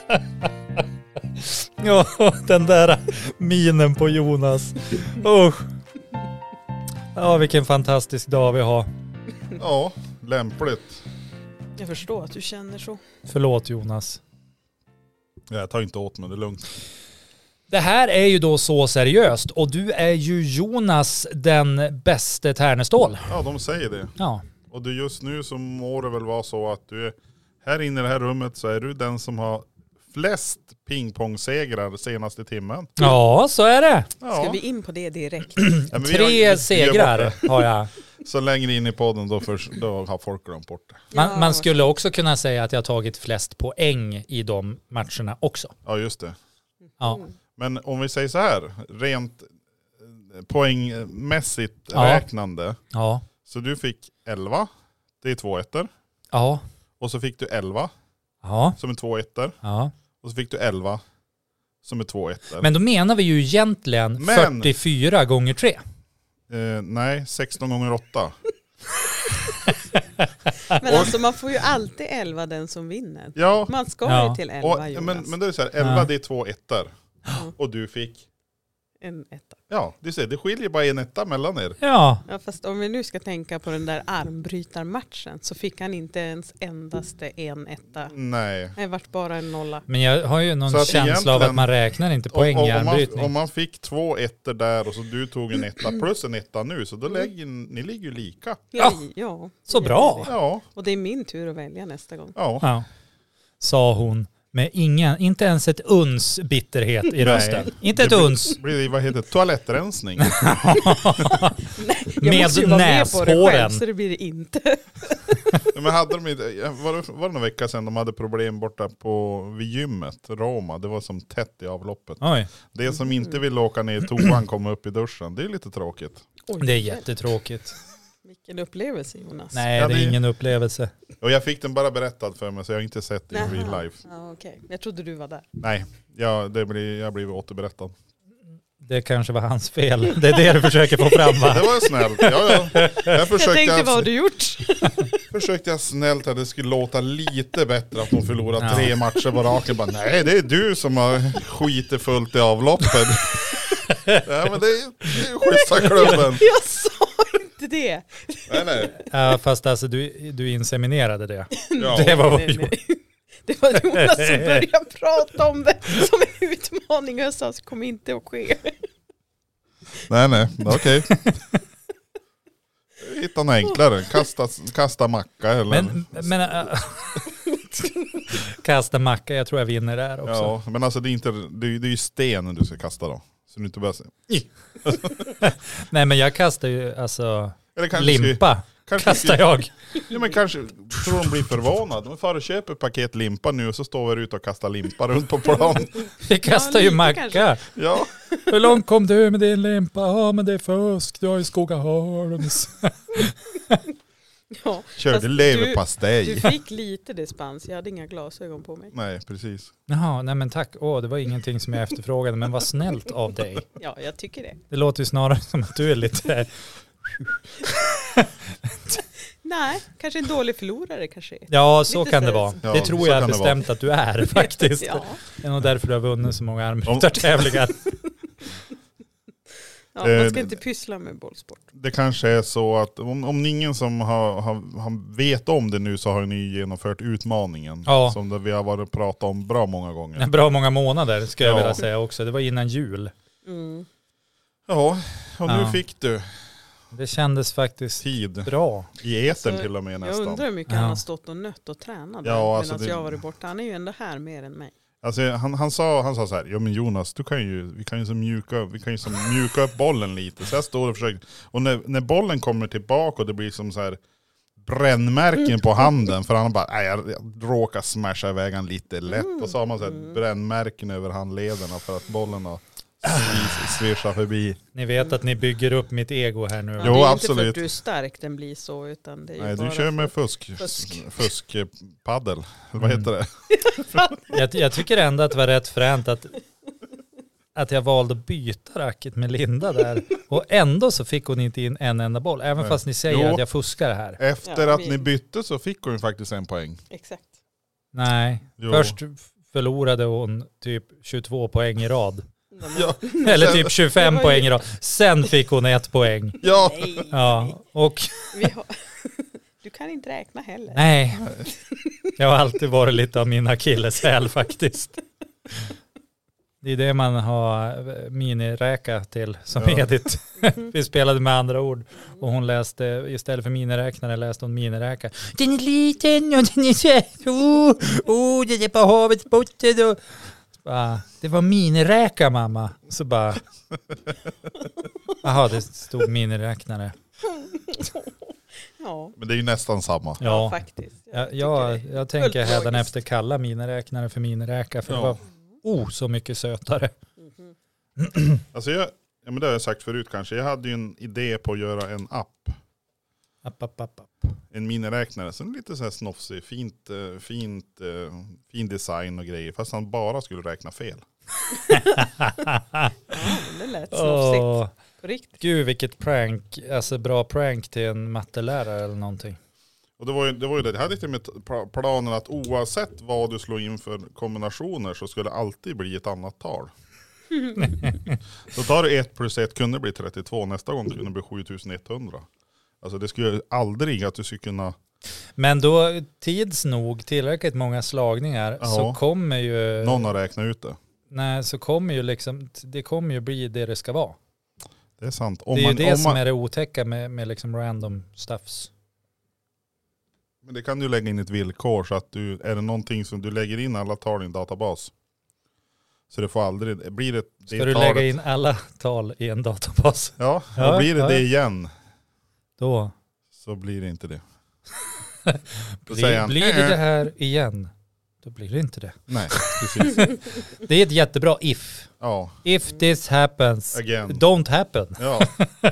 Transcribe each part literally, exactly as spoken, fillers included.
Ja, den där minen på Jonas. Usch. Ja, vilken fantastisk dag vi har. Ja, lämpligt. Jag förstår att du känner så. Förlåt Jonas. Jag tar inte åt mig, det är lugnt. Det här är ju då Så seriöst och du är ju Jonas den bäste Tärnestål. Ja, de säger det. Ja. Och du just nu så må det väl vara så att du är här inne i det här rummet så är du den som har flest pingpongsegrar senaste timmen. Ja, så är det. Ja. Ska vi in på det direkt? Ja, vi Tre har, segrar har jag. Så längre in i podden då, först, då har folk glömt bort det. Man, Ja, man skulle också kunna säga att jag har tagit flest poäng i de matcherna också. Ja, just det. Ja. Men om vi säger så här, rent poängmässigt Ja. räknande. Ja. Så du fick elva, det är två ettor. Ja. Och så fick du elva, Ja. som är två ettor. Ja. Och så fick du elva, som är två ettor. Men då menar vi ju egentligen Men- fyrtiofyra gånger tre. Eh, nej, sexton gånger åtta. Men alltså man får ju alltid elva den som vinner. Ja, Man ska Ja. ju till elva, och, Jonas. men, men det är så här, elva Ja. det är två ettor. Ja. Och du fick, En etta. ja, du ser, det skiljer bara en etta mellan er. Ja. Ja, fast om vi nu ska tänka på den där armbrytarmatchen så fick han inte ens endaste en etta. Nej. Det vart bara en nolla. Men jag har ju någon Så att känsla av egentligen- att man räknar inte poäng Och- i och om, man, armbrytning. om man fick två ettor där och så du tog en etta plus en etta nu, så då lägger ni ligger ju lika. Ja. ja. Så bra. Ja, Och det är min tur att välja nästa gång. ja. Ja. Sa hon med ingen, inte ens ett uns bitterhet i rösten. Inte ett Det blir- uns. blir det, vad heter det, toalettrensning. Nej, jag Med måste ju vara med på det näshåren. själv, så det blir det inte. Men hade de inte, var det, var det några vecka sedan de hade problem borta på, vid gymmet, Roma. Det var som tätt i avloppet. Oj, Det som inte vill åka ner i toan kommer upp i duschen. Det är lite tråkigt. Oj, det är jättetråkigt. Vilken upplevelse, Jonas. Nej, Ja, det är det- ingen upplevelse. Och jag fick den bara berättad för mig så jag har inte sett det i Jaha. real life. Ja, okej. Jag trodde du var där. Nej, ja, det blir, jag blev återberättad. Det kanske var hans fel. Det är det du försöker få fram, Det va? var snällt. Ja, ja. Jag Jag försökte, tänkte, vad har jag, du gjort? försökte jag snällt att det skulle låta lite bättre att de förlorat Ja. tre matcher på raken. Bara, nej, det är du som har skitit fullt i avloppet. Ja, men det är, det är ju schyssta klubben. Jag sa inte det. Nej, nej. Ja, fast alltså du, du inseminerade det. Ja. Det var vad Nej, vi nej. gjorde. Det var Jonas som började prata om det som en utmaning. Jag sa, så kommer inte att ske. Nej, nej, okej. Hitta något enklare. Kasta, kasta macka eller... Men, men äh, kasta macka, jag tror jag vinner där också. ja, men alltså det är inte, det är, det är ju sten du ska kasta då. Så du inte bara säger. Nej, men jag kastar ju alltså Eller kanske limpa. Kanske Kastar jag. Ja, men kanske tror de blir förvånade. De får köpa ett paket limpa nu och så står vi ute och kastar limpa runt på plan. Vi kastar Ja, ju lite macka. kanske. Ja, Hur långt kom du med din limpa? Ja, men det är fusk. Du har ju Skogaholms. Ja, körde fast leverpastej. Du, du fick lite dispens. Jag hade inga glasögon på mig. Nej, precis. Jaha, nej men tack. Åh, det var ingenting som jag efterfrågade, men vad snällt av dig. Ja, jag tycker det. Det låter ju snarare som att du är lite... Nej, kanske en dålig förlorare kanske. Ja, så Lite kan det så- vara. Ja, det tror så jag kan det bestämt att du är faktiskt. Ja, Det är nog därför du har vunnit så många armbrytartävlingar. ja, man ska Eh, inte pyssla med bollsport. Det kanske är så att om, om ingen som har, har, har vet om det nu så har ni genomfört utmaningen. Ja. Som det vi har varit och pratat om bra många gånger. En bra många månader ska jag Ja. vilja säga också. Det var innan jul. Mm. Ja, och nu Ja. fick du Det kändes faktiskt tid bra. i etern Så till och med Jag nästan. undrar hur mycket Ja. han har stått och nött och tränat Ja, ja, alltså medan det- jag har varit borta. Han är ju ändå här mer än mig. Alltså, han, han, sa, han sa så här, ja men Jonas, du kan ju, vi kan ju så mjuka, vi kan ju så mjuka upp bollen lite. Så jag står och försöker, och när, när bollen kommer tillbaka och det blir som så här brännmärken på handen, för han har bara, nej, jag, jag råkar smasha iväg han lite lätt. Och så har man så här brännmärken över handlederna för att bollen har svischat förbi. Ni vet att ni bygger upp mitt ego här nu. Ja, Jo, det är inte för absolut. att du är stark den blir så, utan det är ju Nej, bara du kör med för... fusk, fusk. fuskpaddel. Vad heter det? Jag, jag tycker ändå att det var rätt fränt att, att jag valde att byta racket med Linda där. Och ändå så fick hon inte in en enda boll. Även Nej. fast ni säger Jo. att jag fuskar här. Efter Ja, att vi- ni bytte så fick hon ju faktiskt en poäng. Exakt. Nej, Jo. först, förlorade hon typ tjugotvå poäng i rad. Ja. Eller typ tjugofem poäng i rad. Sen fick hon ett poäng. Ja. Nej. Ja, och Vi har... Du kan inte räkna heller. nej, jag har alltid varit lite av min akilleshäl faktiskt. Det är det man har miniräka till som Ja. Edith. Vi spelade med andra ord. Och hon läste, istället för miniräknare läste hon miniräka. Den är liten och den är söt. Oh, oh, den är på havets botten. Och... Bara, det var miniräka mamma. Så bara... Jaha, det stod miniräknare. Ja, Men det är ju nästan samma. ja. Ja, faktiskt. jag, tycker jag, det är jag tänker fullt hädan logiskt. efter kalla miniräknare för miniräka. För Ja. det var oh, så mycket sötare. Mhm. Alltså jag, ja men det har jag sagt förut kanske. Jag hade ju en idé på att göra en app. App, app, app, app. En miniräknare. Sen lite så här snofsig. Fint, eh, fint, eh, fin design och grejer. Fast han bara skulle räkna fel. Ja, det lät snofsigt. Åh, På riktigt. gud vilket prank, alltså bra prank till en mattelärare eller någonting. Och det var ju det. Var ju det. Jag hade till med planen att oavsett vad du slår in för kombinationer så skulle det alltid bli ett annat tal. Så tar du ett plus ett kunde bli trettiotvå. Nästa gång kunde det bli sjutusen etthundra. Alltså det skulle aldrig att du skulle kunna... Men då tids nog tillräckligt många slagningar Ja. så kommer ju... Någon har räknat ut det. Nej, så kommer ju liksom, det kommer ju bli det det ska vara. Det är sant. Om det är man, ju det om som man, är det otäcka med, med liksom random stuffs. Men det kan du lägga in ett villkor så att du, är det någonting som du lägger in alla tal i en databas. Så det får aldrig, blir det det Ska du talet, lägga in alla tal i en databas? Ja, Ja, och blir det ja. det igen Då så blir det inte det. Då blir, säger han, blir det det här igen. Då blir det inte det. nej, precis. Det är ett jättebra if. Ja, If this happens, again. don't happen. Ja.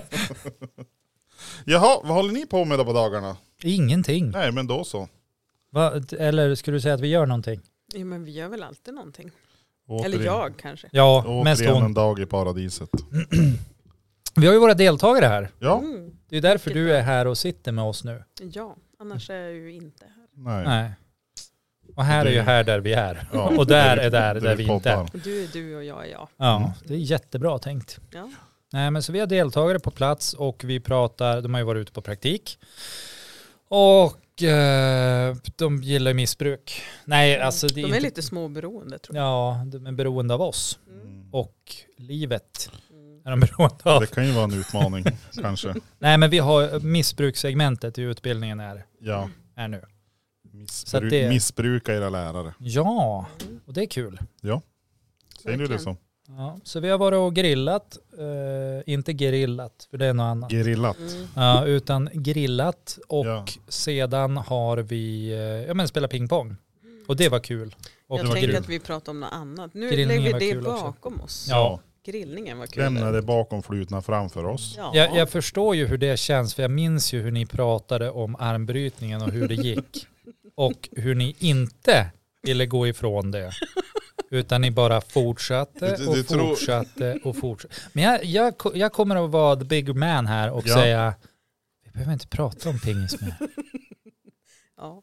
Jaha, vad håller ni på med då på dagarna? Ingenting. Nej, men då så. Va? Eller skulle du säga att vi gör någonting? Ja, men vi gör väl alltid någonting. Återigen, Eller jag kanske. Ja, mest Återigen en hon. dag i paradiset. Vi har ju våra deltagare här. Ja, Mm. Det är därför Mycket du bra. är här och sitter med oss nu. Ja, annars är jag ju inte här. nej. Nej. Och här är ju här där vi är. Ja, Och där är där där vi inte är. poddar. Du är du och jag är jag. Ja, det är jättebra tänkt. Ja. Nej, men så vi har deltagare på plats och vi pratar, de har ju varit ute på praktik. Och eh, de gillar missbruk. Nej, alltså det är De är inte, lite småberoende tror jag. ja, de är beroende av oss. Mm. Och livet Mm. är de beroende av. Det kan ju vara en utmaning, kanske. Nej, men vi har missbrukssegmentet i utbildningen är, Ja. är nu. Missbru- att det- Missbruka era lärare. Ja, Mm. och det är kul. Säger du det Verkligen. så? Ja, så vi har varit och grillat, eh, inte grillat för det är något annat. Gerillat. Mm. Ja, utan grillat och Ja. sedan har vi eh, ja, men spelat pingpong. Och det var kul. Och Jag var tänker kul. att vi pratar om något annat. Nu Grillningen lägger var vi det kul också. bakom oss. Ja. Grillningen var kul. Lämna det bakom flutna framför oss. Ja. Jag, jag förstår ju hur det känns, för jag minns ju hur ni pratade om armbrytningen och hur det gick. Och hur ni inte ville gå ifrån det. Utan ni bara fortsatte Du- och du tror- fortsatte och fortsatte. Men jag, jag, jag kommer att vara the big man här och Ja. säga, vi behöver inte prata om pingis mer. Ja.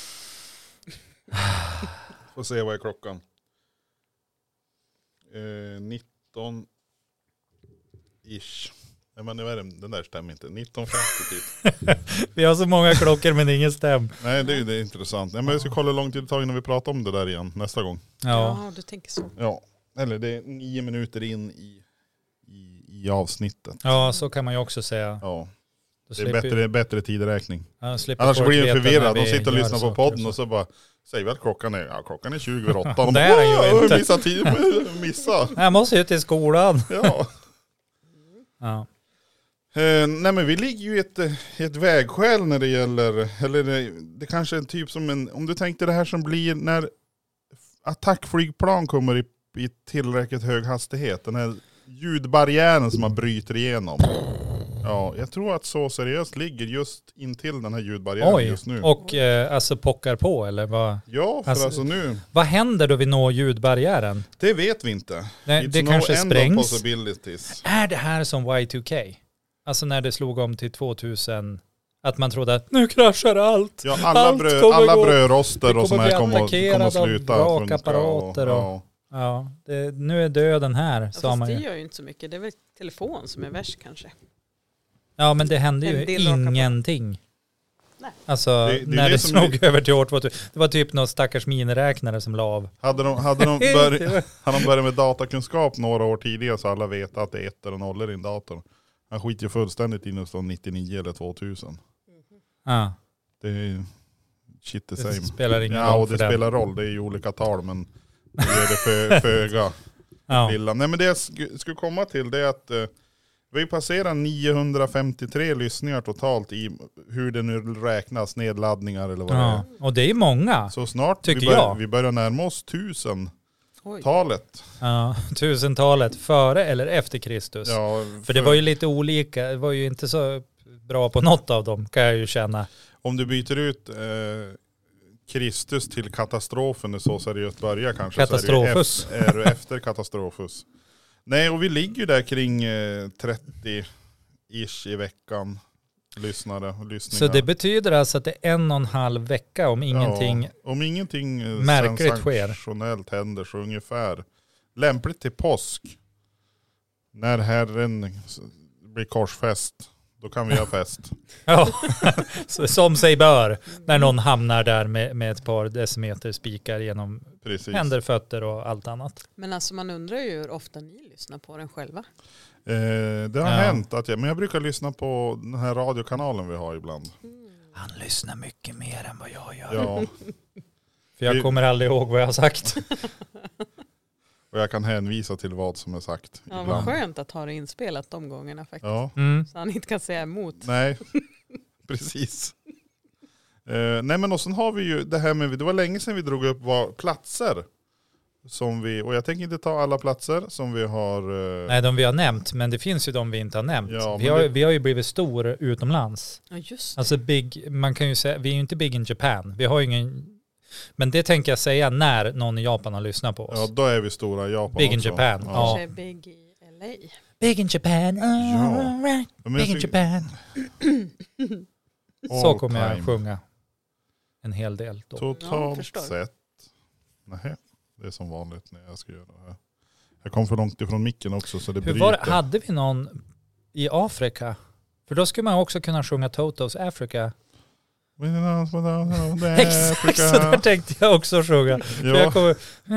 Får se vad är klockan. Eh, nitton ish. Nej, men nu är det, den där stämmer inte. nitton femtio typ. Vi har så många klockor men ingen stäm. Nej, det är ju det är intressant. Nej, men jag ska kolla hur lång tid det tar innan vi pratar om det där igen nästa gång. Ja. Ja, du tänker så. Ja, eller det är nio minuter in i, i, i avsnittet. ja, så kan man ju också säga. Ja, Då det är slipper- bättre, bättre tideräkning. ja, slipper Annars folk blir veta det när förvirrad. vi De sitter och gör lyssnar på saker podden så. och så bara säger vi att klockan är, ja, klockan är tjugo över åtta. Och de Det är den ju bara, inte. missa tid, missa. Jag måste ju till skolan. Ja. Ja. Eh, nej men vi ligger ju i ett, i ett vägskäl när det gäller, eller det, det kanske är en typ som en, om du tänkte det här som blir när attackflygplan kommer i, i tillräckligt hög hastighet, den här ljudbarriären som man bryter igenom. Ja, jag tror att så seriöst ligger just intill den här ljudbarriären Oj, just nu. och eh, alltså pockar på eller vad? Ja, för Alltså- alltså, nu, Vad händer då vi når ljudbarriären? det vet vi inte. Det, It's det no kanske end of sprängs. possibilities. Är det här som Y two K? Alltså när det slog om till tvåtusen Att man trodde att nu kraschar allt. Ja, alla, allt bröd, kommer alla gå. brödroster och sådana här kommer, kommer att av sluta. rakapparater och, ja. ja, det, nu är döden här, Ja, sa fast man det ju. gör ju inte så mycket. Det är väl telefon som är värst kanske. Ja, men det hände En ju del rakapparater. ingenting. Nej. Alltså, Det- det är när det det som slog är- över till år tvåtusen. Det var typ någon stackars miniräknare som la av. Hade de, hade, de börj- hade de börjat med datakunskap några år tidigare så alla vet att det är ettor och nollor i en dator. Han skiter ju fullständigt in och står nittionio eller tvåtusen. Ja, Det är shit the det same. spelar ingen Ja, roll och för det den. spelar roll. Det är ju olika tal, men det gör det för, föga Ja. lilla. Nej, men det jag sk- skulle komma till det är att eh, vi passerar niohundrafemtiotre lyssningar totalt i hur det nu räknas, nedladdningar eller vad det Ja, och det är många. är. Så snart Tycker vi, bör, jag. vi börjar närma oss tusen-talet. Oj. Ja, tusentalet före eller efter Kristus. Ja, För det var ju lite olika, det var ju inte så bra på något av dem kan jag ju känna. Om du byter ut eh, Kristus till katastrofen, det är så seriöst börjar kanske. Katastrofus. Så är, det ju efter, är du efter katastrofus. Nej, och vi ligger ju där kring eh, trettio-ish i veckan. Lyssnare och lyssningar. Så det betyder alltså att det är en och en halv vecka om ingenting. Ja, om ingenting eh, märkligt sker. sensationellt händer så ungefär lämpligt till påsk. När Herren s- blir korsfäst. Då kan vi ha fest. Ja, så- som sig bör. När någon hamnar där med, med ett par decimeter spikar genom Precis. händer, fötter och allt annat. Men alltså man undrar ju hur ofta ni lyssnar på den själva. Eh, det har Ja. hänt att jag, men jag brukar lyssna på den här radiokanalen vi har ibland. Han lyssnar mycket mer än vad jag gör. Ja, För jag Vi- kommer aldrig ihåg vad jag har sagt. och jag kan hänvisa till vad som är sagt. Ja, vad ibland. skönt att ha det inspelat de gångerna faktiskt. Ja, Mm. Så han inte kan säga emot. nej, precis. Eh, nej men och sen har vi ju det här med, det var länge sedan vi drog upp vad platser som vi, och jag tänker inte ta alla platser som vi har. Eh, Nej, de vi har nämnt, men det finns ju de vi inte har nämnt. Ja, vi, men har, det- vi har ju blivit stor utomlands. Ja just det. Alltså big, man kan ju säga, vi är ju inte big in Japan. Vi har ju ingen, men det tänker jag säga när någon i Japan har lyssnat på oss. ja, då är vi stora i Japan Big in också. Japan, Ja. Kanske är big i L A. Big in Japan, all right. Men Big jag in tycker- Japan. Så All kommer jag time. sjunga en hel del då. Ja, Totalt förstår. sett. Nej, det är som vanligt när jag ska göra det här. Jag kom för långt ifrån micken också så det Hur bryter. var det? Hade vi någon i Afrika? För då skulle man också kunna sjunga Totos Africa. Exakt, så där tänkte jag också sjunga. För jag Ja, kommer...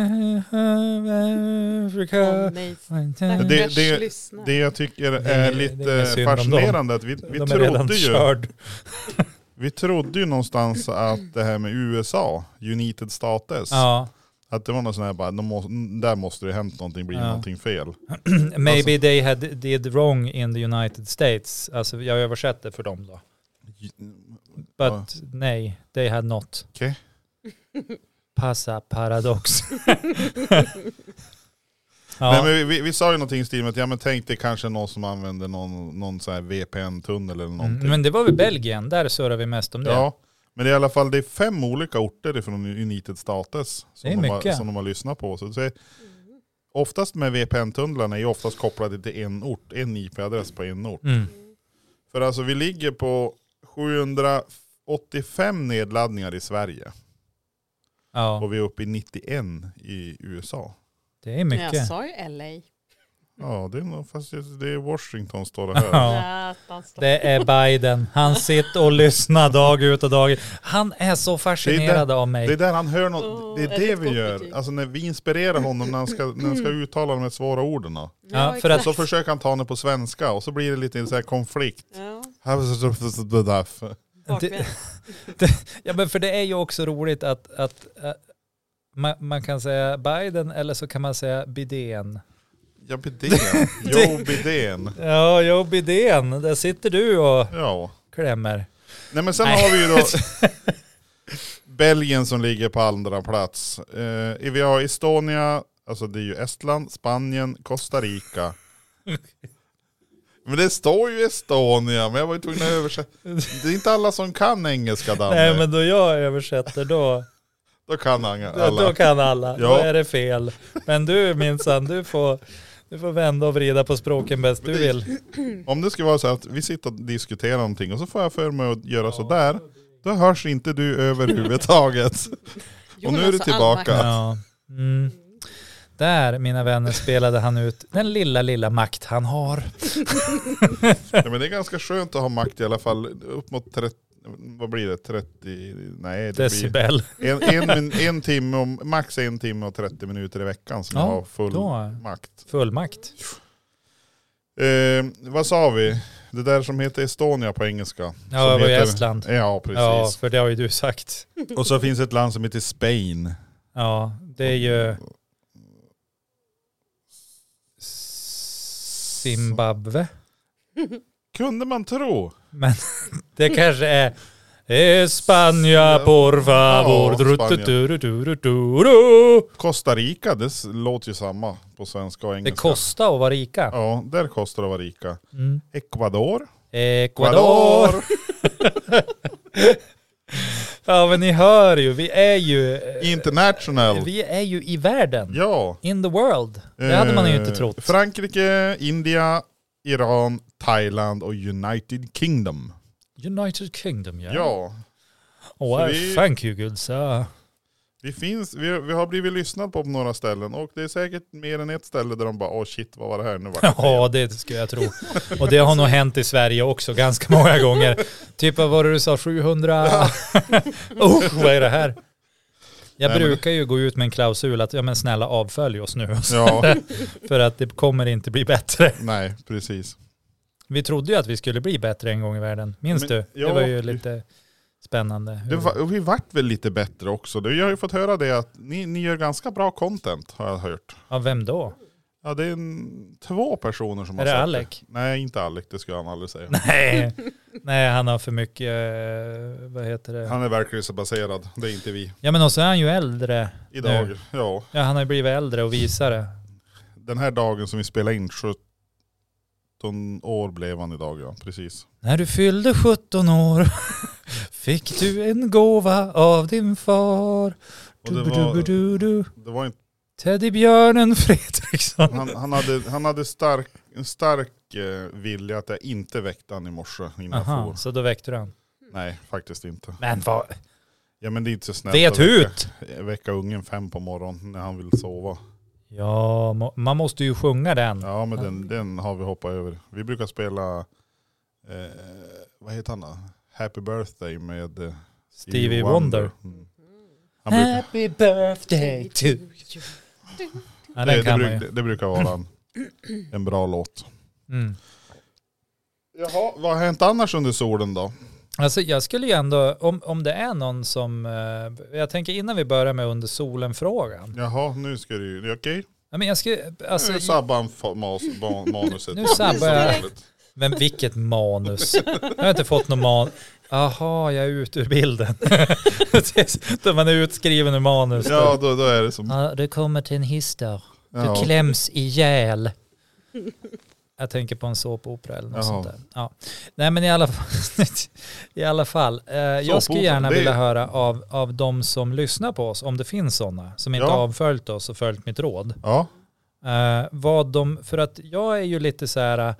Afrika. Åh, nej, det, stackars det, lyssnare. det jag tycker Det är- är det är lite inget synd om fascinerande att vi, vi, De är redan trodde ju, körd. vi trodde ju någonstans att det här med U S A, United States, Ja. att det var något sånt här bara, de må, där måste det hänt någonting, blir Ja. någonting fel. Maybe they had did wrong in the United States. Alltså jag översätter för dem då. But Ja. nej, they had not. Okej. Passa paradox. Nej, Ja. men vi, vi, vi sa ju någonting i stil med att ja, men tänk dig kanske någon som använder någon, någon så här V P N-tunnel eller någonting. Mm, men det var väl Belgien, där surrar vi mest om det. Ja, men det är i alla fall det är fem olika orter från United States Det är som, de har, mycket. som de har lyssnat på. Så det är, oftast med V P N-tunnlarna är ju oftast kopplade till en ort, en I P-adress på en ort. Mm. För alltså vi ligger på sjuhundraåttiofem nedladdningar i Sverige Ja, och vi är uppe i nittioen i U S A. det är Jag mycket. sa ju L A. Ja, det är nog, fast det är Washington står det här. Ja. Ja, han står- Det är Biden. Han sitter och lyssnar dag ut och dag in. Han är så fascinerad av mig. Det är där han hör något, Åh, det är är det det ett vi gott gör. betyg? Alltså när vi inspirerar honom när han ska, när han ska uttala de här svåra orden. Ja, Ja, för att- exakt. Så försöker han ta det på svenska och så blir det lite så här konflikt. Ja, bakvänt. Ja, men för det är ju också roligt att, att, att man, man kan säga Biden eller så kan man säga Bidén. Ja, Bidén. Jo, Bidén. Ja, jo Bidén. Där sitter du och Ja. klämmer. Nej, men sen Nej. har vi ju då Belgien som ligger på andra plats. Eh, vi har Estonia, alltså det är ju Estland, Spanien, Costa Rica. Men det står ju Estonia, men jag var ju tvungen att översätta. Det är inte alla som kan engelska, Danne. Nej, men då jag översätter då, Då kan alla. då, då kan alla. Då Ja. är det fel. Men du minsann, du får, Du får vända och vrida på språken bäst du vill. Om det ska vara så att vi sitter och diskuterar någonting och så får jag för mig att göra så där, då hörs inte du överhuvudtaget. Och nu är du tillbaka. Ja. Mm. Där, mina vänner, spelade han ut den lilla, lilla makt han har. Ja, men det är ganska skönt att ha makt i alla fall. Upp mot trettio, vad blir det? trettio, nej det decibel. Blir en, en, en timme, och, max en timme och trettio minuter i veckan som Ja, jag har full då. makt. Full makt. Eh, vad sa vi? Det där som heter Estonia på engelska. Ja, som det var heter, Estland. Ja, precis. Ja, för det har ju du sagt. Och så finns ett land som heter Spain. Ja, det är ju Zimbabwe. Kunde man tro. Men det kanske är España por favor. Ja, Spanien. Costa Rica, det låter ju samma på svenska och engelska. Det kostar att vara rika. Ja, där kostar det att vara rika. Mm. Ecuador. Ecuador. Ja, men ni hör ju, vi är ju International. Vi är ju i världen. Ja. In the world. Det hade man ju inte trott. Eh, Frankrike, India, Iran, Thailand och United Kingdom. United Kingdom, ja. Ja. Oh, vi, thank you, good sir. Vi, finns, vi, vi har blivit lyssnat på på några ställen och det är säkert mer än ett ställe där de bara, åh shit, vad var det här nu? Var det ja, det skulle jag tro. Och det har nog hänt i Sverige också ganska många gånger. Typ vad var det du sa, sjuhundra? oh, vad är det här? Jag Nej, brukar ju gå ut med en klausul att ja, men snälla avfölj oss nu. Ja. För att det kommer inte bli bättre. Nej, precis. Vi trodde ju att vi skulle bli bättre en gång i världen. Minns men, du? Ja, det var ju lite spännande. Det var, vi vart väl lite bättre också. Jag har ju fått höra det att ni, ni gör ganska bra content, har jag hört. Ja, vem då? Ja, det är en, två personer som är har det sagt Alec? Det. Nej, inte Alec, det ska han aldrig säga. Nej. Nej, han har för mycket, vad heter det? Han är verklighetsbaserad, det är inte vi. Ja, men också är han ju äldre. Idag, nu. ja. Ja, han har ju blivit äldre och visare. Den här dagen som vi spelar in, sjutton år blev han idag, ja, precis. När du fyllde sjutton år fick du en gåva av din far. Och det var, du, du. Det var inte Teddybjörnen Fredriksson. Han, han hade, han hade stark, en stark eh, vilja att jag inte väckte han i morse innan Aha, jag for. Så då väckte du han? Nej, faktiskt inte. Men vad? Ja, men det är inte så snällt Vet att väcka, ut! väcka ungen fem på morgonen när han vill sova. Ja, man måste ju sjunga den. Ja, men den, den har vi hoppat över. Vi brukar spela, eh, vad heter han då? Happy Birthday med eh, Stevie, Stevie Wonder. Wonder. Mm. Brukar, Happy birthday to you. Ja, det, det, bruk, det, det brukar vara en, en bra låt. Mm. Jaha, vad har hänt annars under solen då? Alltså jag skulle ju ändå, om, om det är någon som, eh, jag tänker innan vi börjar med under solen-frågan. Jaha, nu ska du, är det okej? Okay? Ja, men jag ska, alltså, nu sabbar han fa- manuset. Nu sabbar jag. Men vilket manus? Jag har inte fått någon manus. Aha, jag är ute ur bilden. Då man är utskriven ur manus. Ja, då, då är det som... Ja, det kommer till en hister. Du ja. kläms ihjäl. Jag tänker på en såpopera eller något Jaha. sånt där. Ja. Nej, men i alla fall. I alla fall eh, jag skulle gärna det... vilja höra av, av de som lyssnar på oss, om det finns sådana som inte ja. avföljt oss och följt mitt råd. Ja. Eh, vad de, för att jag är ju lite så här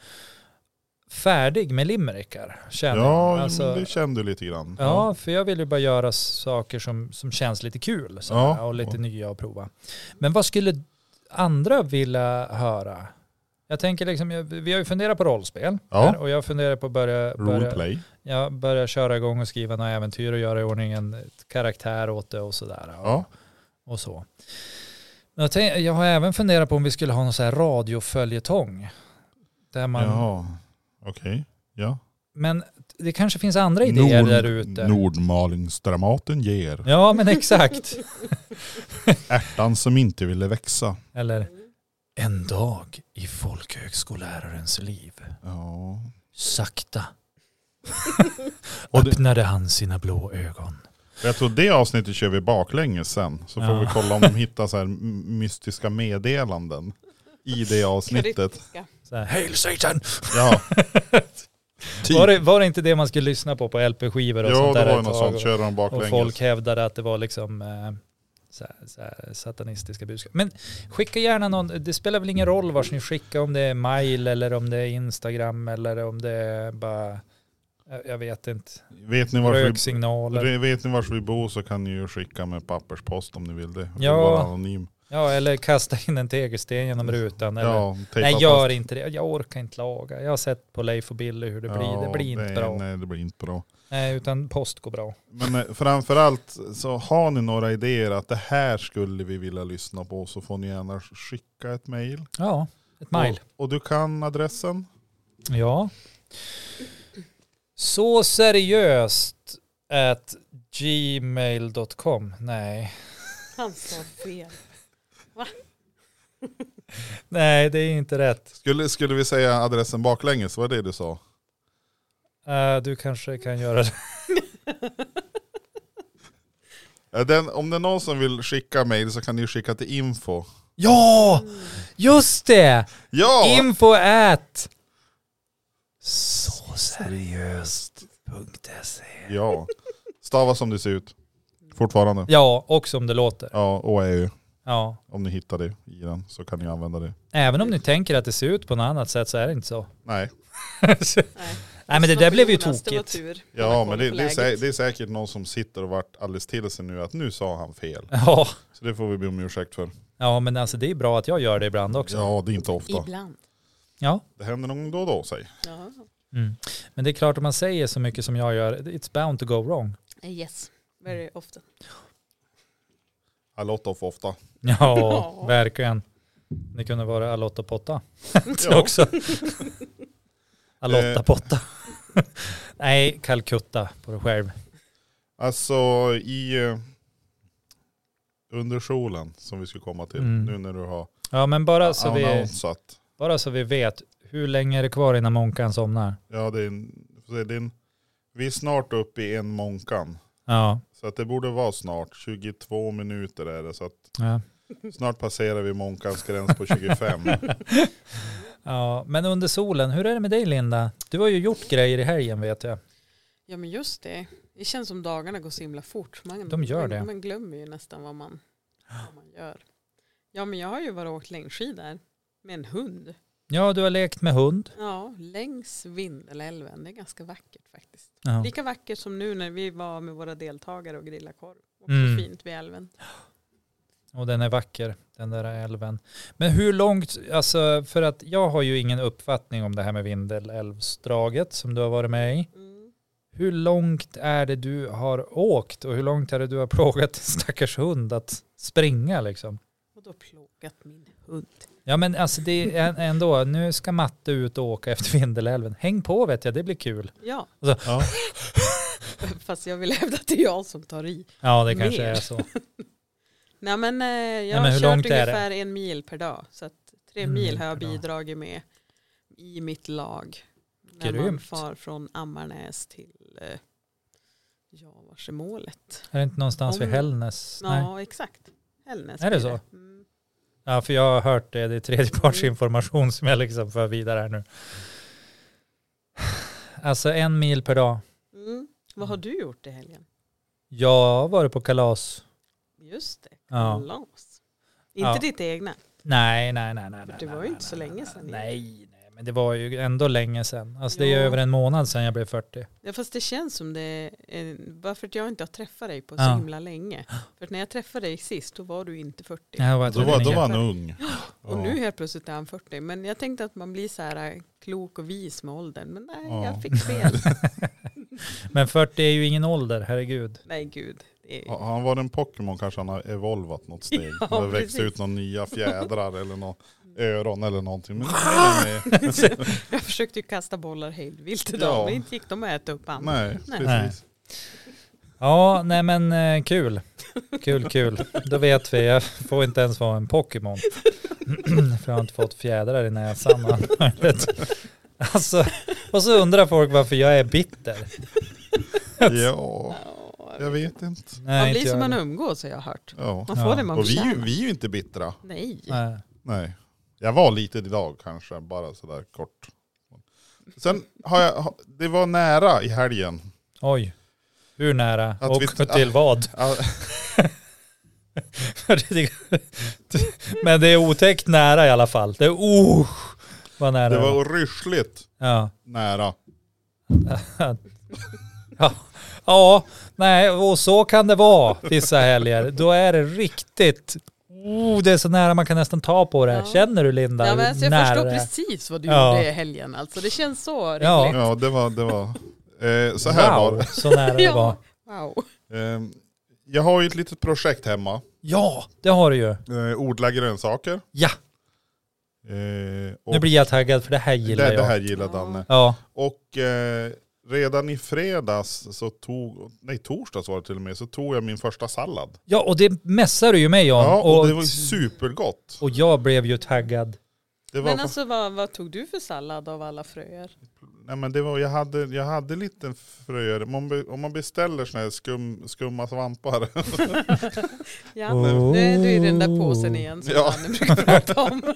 färdig med limerickar. Känner ja, alltså, det kände du lite grann. Ja, ja, för jag vill ju bara göra saker som, som känns lite kul så ja. här, och lite ja. nya att prova. Men vad skulle andra vilja höra? Jag tänker liksom, jag, vi har ju funderat på rollspel ja. här, och jag funderar på att börja, börja, ja, börja köra igång och skriva några äventyr och göra i ordning en karaktär åt det och sådär. Och, ja. och så. Men jag, tänk, jag har även funderat på om vi skulle ha någon så här radioföljetong. Där man... Ja, okej. Okay. Ja. Men det kanske finns andra idéer Nord, där ute. Nordmalingsdramaten ger. Ja, men exakt. Ärtan som inte ville växa. Eller en dag i folkhögskollärarens liv. Ja. Sakta öppnade han sina blå ögon. Jag tror det avsnittet kör vi baklänges sen. Så får ja. vi kolla om de hittar så här mystiska meddelanden i det avsnittet. Så här, Hail Satan! Ja. Typ. Var, det, var det inte det man skulle lyssna på på L P-skivor och jo, sånt där? Jo, det var något sånt. Kör de baklänges. Och folk hävdade att det var liksom eh, så här, så här, satanistiska budskap. Men skicka gärna någon, det spelar väl ingen roll vars ni skickar, om det är mail eller om det är Instagram eller om det är bara, jag vet inte, vet ni vars röksignaler. Vi, vet ni vars vi bor så kan ni ju skicka med papperspost om ni vill det. Ja. Vara anonym. Ja, eller kasta in en tegelsten genom rutan. Eller, Ja, nej, gör inte det. Jag orkar inte laga. Jag har sett på Leif och Billy hur det ja, blir. Det blir inte det, bra. Nej, det blir inte bra. Nej, utan post går bra. Men eh, framförallt så har ni några idéer att det här skulle vi vilja lyssna på, så får ni gärna skicka ett mejl. Ja, ett mejl. Och, och du kan adressen? Ja. Så seriöst at gmail dot com. Nej. Han sa fel. Va? Nej, det är inte rätt. Skulle, skulle vi säga adressen baklänges? Var det du sa? Uh, du kanske kan göra det. Den, om det är någon som vill skicka mejl så kan ni skicka till info. Ja, just det! Ja! Info at så seriöst punkt se. Ja. Stava som det ser ut. Fortfarande. Ja, och som det låter. Ja, och är ju. Ja. Om ni hittar det i den så kan ni använda det. Även om ni tänker att det ser ut på något annat sätt så är det inte så. Nej. Nej. Nej, men det där blev ju Jonas, det var tokigt. tur. Ja, men det, det, är säkert, det är säkert någon som sitter och varit alldeles till sig nu att nu sa han fel. Ja. Så det får vi be om ursäkt för. Ja, men alltså det är bra att jag gör det ibland också. Ja, det är inte ofta. Ibland. Ja. Det händer någon gång då och då, säg. Ja. Mm. Men det är klart, om man säger så mycket som jag gör, it's bound to go wrong. Yes, very often. A lot of ofta. Ja, Ja. verkligen. Det kunde vara Alotta Potta Ja. också. Alotta Potta. Nej, Calcutta på dig själv. Alltså i eh, under solen som vi ska komma till Mm. nu när du har Ja, men bara så, vi, annonsat. bara så vi vet, hur länge är det kvar innan Månkan somnar? Ja, det är, en, det är en, vi är snart uppe i en Månkan. Ja, Så att det borde vara snart. tjugotvå minuter är det. Så att ja. snart passerar vi Månkans gräns på tjugofem. Ja, men under solen, hur är det med dig, Linda? Du har ju gjort grejer i helgen, vet jag. Ja, men just det. Det känns som dagarna går så himla fort. Man, De gör det. Man, man glömmer ju nästan vad man, vad man gör. Ja, men jag har ju varit och åkt längdskidor med en hund. Ja, du har lekt med hund. Ja, längs Vindelälven. Det är ganska vackert faktiskt. Ja. Lika vackert som nu när vi var med våra deltagare och grillade korv. Också Mm. fint vid älven. Och den är vacker, den där älven. Men hur långt, alltså för att jag har ju ingen uppfattning om det här med Vindelälvsdraget som du har varit med i. Mm. Hur långt är det du har åkt och hur långt är det du har plågat en stackars hund att springa liksom? Och då plågat min hund. Ja, men alltså det är ändå, nu ska Matte ut och åka efter Vindelälven. Häng på, vet jag, det blir kul. Ja, Så, Ja. fast jag vill hävda att det är jag som tar i. ja, det kanske Mer. är så. Nej, men eh, jag men har hur kört långt är det? ungefär en mil per dag. Så att tre En mil mil har jag per dag. bidragit med i mitt lag. När man Grymt. far från Ammarnäs till, eh, ja, vars är målet? Är det inte någonstans Om- vid Hällnäs? Nej. Ja, exakt. Hällnäs Är det blir så? Mm. Ja, för jag har hört det. Det är tredjepartsinformation som jag liksom för vidare här nu. Alltså en mil per dag. Mm. Vad har du gjort i helgen? Jag har varit på kalas. Just det, Ja. kalas. Inte Ja. ditt egna. Nej, nej, nej, nej. Det nej, var ju nej, inte så nej, länge nej, sedan. Nej, nej, men det var ju ändå länge sedan. Alltså det är Ja. över en månad sedan jag blev fyrtio. Ja, fast det känns som det är, bara för att jag inte har träffat dig på så Ja. himla länge. För att när jag träffade dig sist då var du inte fyrtio. Jag var, Då var, då var han ung. Och nu helt plötsligt är han fyrtio. Men jag tänkte att man blir så här äh, klok och vis med åldern. Men nej, Ja. jag fick fel. Men fyrtio är ju ingen ålder, herregud. Nej, gud. Det är... Har han varit en Pokémon kanske han har evolvat något steg. Ja, det växt precis. ut några nya fjädrar eller några öron eller någonting. Men nej, nej, Jag försökte ju kasta bollar helt vilt Ja. idag. Men inte gick de att äta upp andra. nej, Nej. precis. Ja, nej men eh, kul. Kul, kul. Då vet vi. Jag får inte ens vara en Pokémon. För jag har inte fått fjädrar i näsan. Alltså, och så undrar folk varför jag är bitter. Ja, Ja, jag vet inte. Nej, man inte blir jag som man heller. umgås har jag hört. Ja. Man får Ja. det man Och vi, är ju- förtjänar. vi är ju inte bittra. Nej. Nej. Nej. Jag var lite idag kanske, bara sådär kort. Sen har jag, ha- det var nära i helgen. Oj. Hur nära? Att Och vi- till vad? Ja, Men det är otäckt nära i alla fall. Det är oh, vad nära. Det var ryschligt ja. nära. ja. ja, nej, och så kan det vara vissa helger. Då är det riktigt, oh, det är så nära man kan nästan ta på det. Ja. Känner du, Linda? Ja, men alltså, jag nära. förstår precis vad du ja. gjorde i helgen. Alltså, det känns så riktigt. Ja, ja det var, det var eh, så här wow, var det. Så nära det var. Wow. Eh, jag har ju ett litet projekt hemma. Ja, det har du ju. Eh, odla grönsaker. Ja. Eh, och nu blir jag taggad för det här gillar det, jag. Det här gillar Danne. Ja. Och eh, redan i fredags så tog, nej torsdags var det till och med, så tog jag min första sallad. Ja, och det mässar du ju mig om. Ja, och, och det var supergott. Och jag blev ju taggad. Det var men alltså vad, vad tog du för sallad av alla fröer? Nej men det var, jag hade, jag hade lite fröer. Om man, be, om man beställer såna här skum, skumma svampar. ja, oh. Nu är du i den där påsen igen som ja. Anne brukar prata om.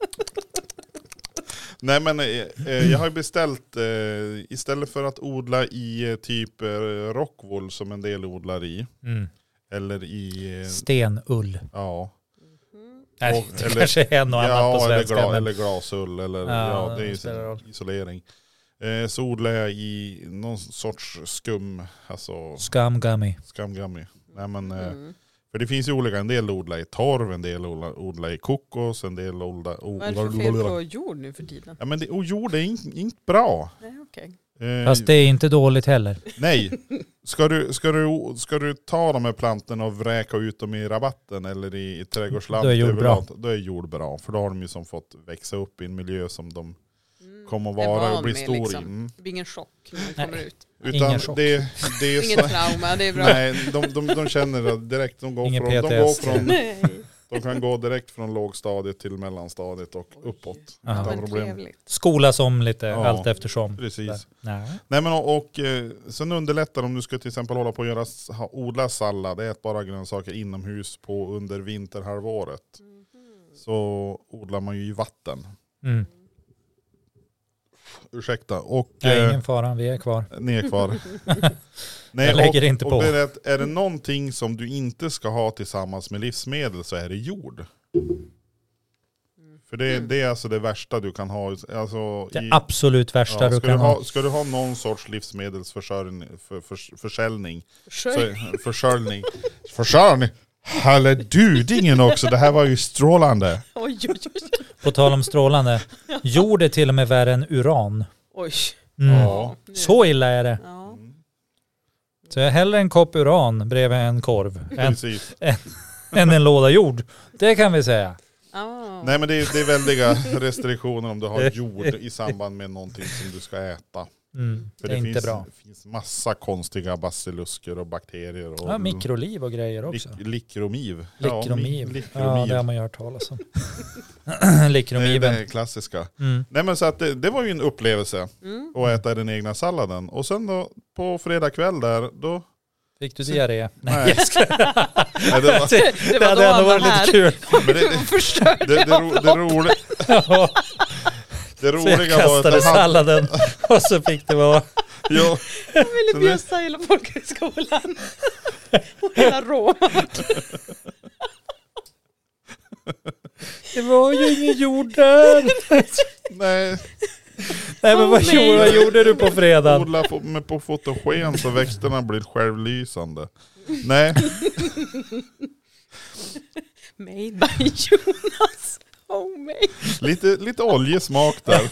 Nej men eh, jag har beställt, eh, istället för att odla i eh, typ eh, rockwool som en del odlar i. Mm. Eller i... Eh, stenull. Ja. Mm. Nej, det eller, kanske är en och ja, annat på svenska. Eller, gla, men... eller glasull. Eller, ja, ja, det är isolering. Eh, så odlar jag i någon sorts skum. Alltså, skumgummy. Skumgummy. Nej men... Mm. Eh, För det finns ju olika, en del odlar i torv, en del odlar i kokos, en del odlar... Vad är det för fel på jord nu för tiden? Ja men det, och jord är inte, inte bra. Nej, okay. eh, Fast det är inte dåligt heller. Nej. Ska du, ska, du, ska du ta de här plantorna och vräka ut dem i rabatten eller i, i trädgårdsland? Då är jord bra. Då är jord bra. För då har de ju som fått växa upp i en miljö som de mm, kommer att vara och bli stor liksom. i. Mm. Det blir ingen chock när de kommer ut. Utan det, det är ingen så, trauma, det är bra. Nej, de, de, de känner att direkt, de går ingen från, P T S. de går från de kan gå direkt från lågstadiet till mellanstadiet och uppåt. Ja, utan problem. Skolas om lite ja, allt eftersom. Precis. Nej. Nej men och, och sen underlättar om du ska till exempel hålla på att göra, odla sallad, ätbara grönsaker inomhus på under vinterhalvåret. Mm. Så odlar man ju i vatten. Mm. Ursäkta. Och, Nej, ingen fara, vi är kvar. Ni är kvar. Nej, jag lägger och, inte på. Och är, det, är det någonting som du inte ska ha tillsammans med livsmedel så är det jord. För det, det är alltså det värsta du kan ha. Alltså det i, absolut värsta ja, du ska kan du ha. ha. Ska du ha någon sorts livsmedelsförsäljning, för, för, försäljning, Försörj. så, försörjning, försörjning. Halledudingen också, det här var ju strålande. Oj, oj, oj. På tal om strålande, jord är till och med värre än uran. Oj. Mm. Ja. Så illa är det. Ja. Så jag hellre en kopp uran bredvid en korv än, än, än en låda jord. Det kan vi säga. Oh. Nej men det är, det är väldiga restriktioner om du har jord i samband med någonting som du ska äta. Mm, För det är det inte finns, bra. Det finns massa konstiga bacillusker och bakterier. Och ja, mikroliv och grejer också. Lik, likromiv. Likromiv. Ja, likromiv. Ja, det har man ju hört talas om. Likromiven. Det är klassiska. Mm. Nej men så att det, det var ju en upplevelse mm. att äta den egna salladen. Och sen då på fredag kväll där, då... Fick du diarré? Nej, Nej jag ska... Nej, det, var... det, det, det hade ändå varit lite kul. Men det, det, det, det, ro, det, roliga, det roliga så jag kastade var att salladen och så fick det vara... Jo. Jag ville bjussa hela folkhögskolan. Och hela Råmark. Det var ju ingen jord där. Nej. Nej men vad, oh, vad gjorde du på fredagen? Odla på, med på fotogen så växterna blir självlysande. Nej. Made by Jonas. Homemade. Lite, lite oljesmak där.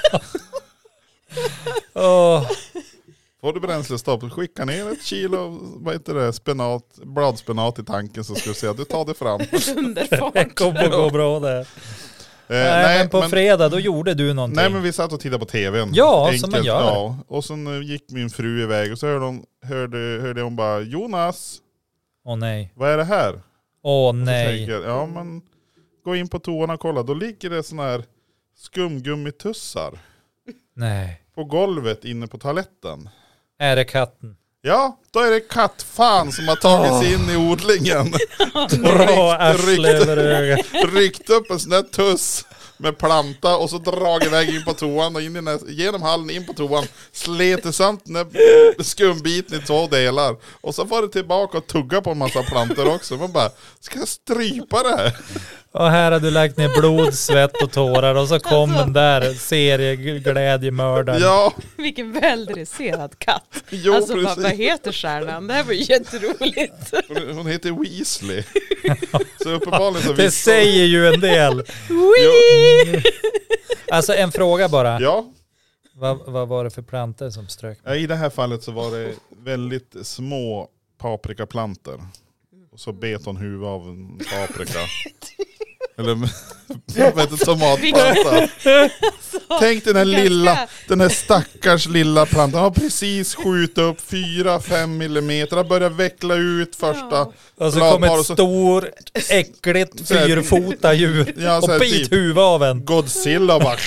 Oh. Får du bränslestopp, skicka ner ett kilo vad heter det, spenat, bladspenat i tanken så ska du se att du tar det fram. Det kommer gå bra det. Eh, nej, nej men på men, fredag då gjorde du någonting. Nej men vi satt och tittade på tvn. Ja, Enkelt, som man gör. Ja. Och sen gick min fru iväg och så hörde hon, hörde, hörde hon bara Jonas. Åh oh, nej. Vad är det här? Åh oh, nej. Jag, ja men gå in på toan och kolla. Då ligger det såna här skumgummitussar. Nej. På golvet inne på toaletten. Är det katten? Ja, då är det kattfan som har tagit sig in i odlingen. Bra arsle över ögat. Ryckt upp en sån där tuss med planta och så drag iväg in på toan och in i nästa, genom hallen in på toan, slet samt den där skumbiten i två delar och så var det tillbaka och tugga på en massa plantor också. Man bara, ska jag strypa det här? Och här har du lagt ner blod, svett och tårar och så kom Alltså. den där serieglädjemördaren. Ja, Vilken väldresserad katt. jo, alltså precis. vad, vad heter stjärnan? Det här var ju jätteroligt. Hon, hon heter Weasley. Så uppenbarligen så Det visste- säger ju en del. Wee! Alltså en fråga bara. Ja, Vad, vad var det för plantor som strök? ja, i det här fallet så var det väldigt små paprikaplantor. Och så bet hon huvud av en paprika. Eller vad heter tomatplanta. Tänk den här ganska- lilla, den här stackars lilla plantan. Den har precis skjutit upp fyra fem millimeter. Har börjat veckla ut första. Ja. Och så bladpar kom ett och så- stor, äckligt, Så här- fyrfota djur Ja, så här och bit typ. huvud av en. Godzilla bara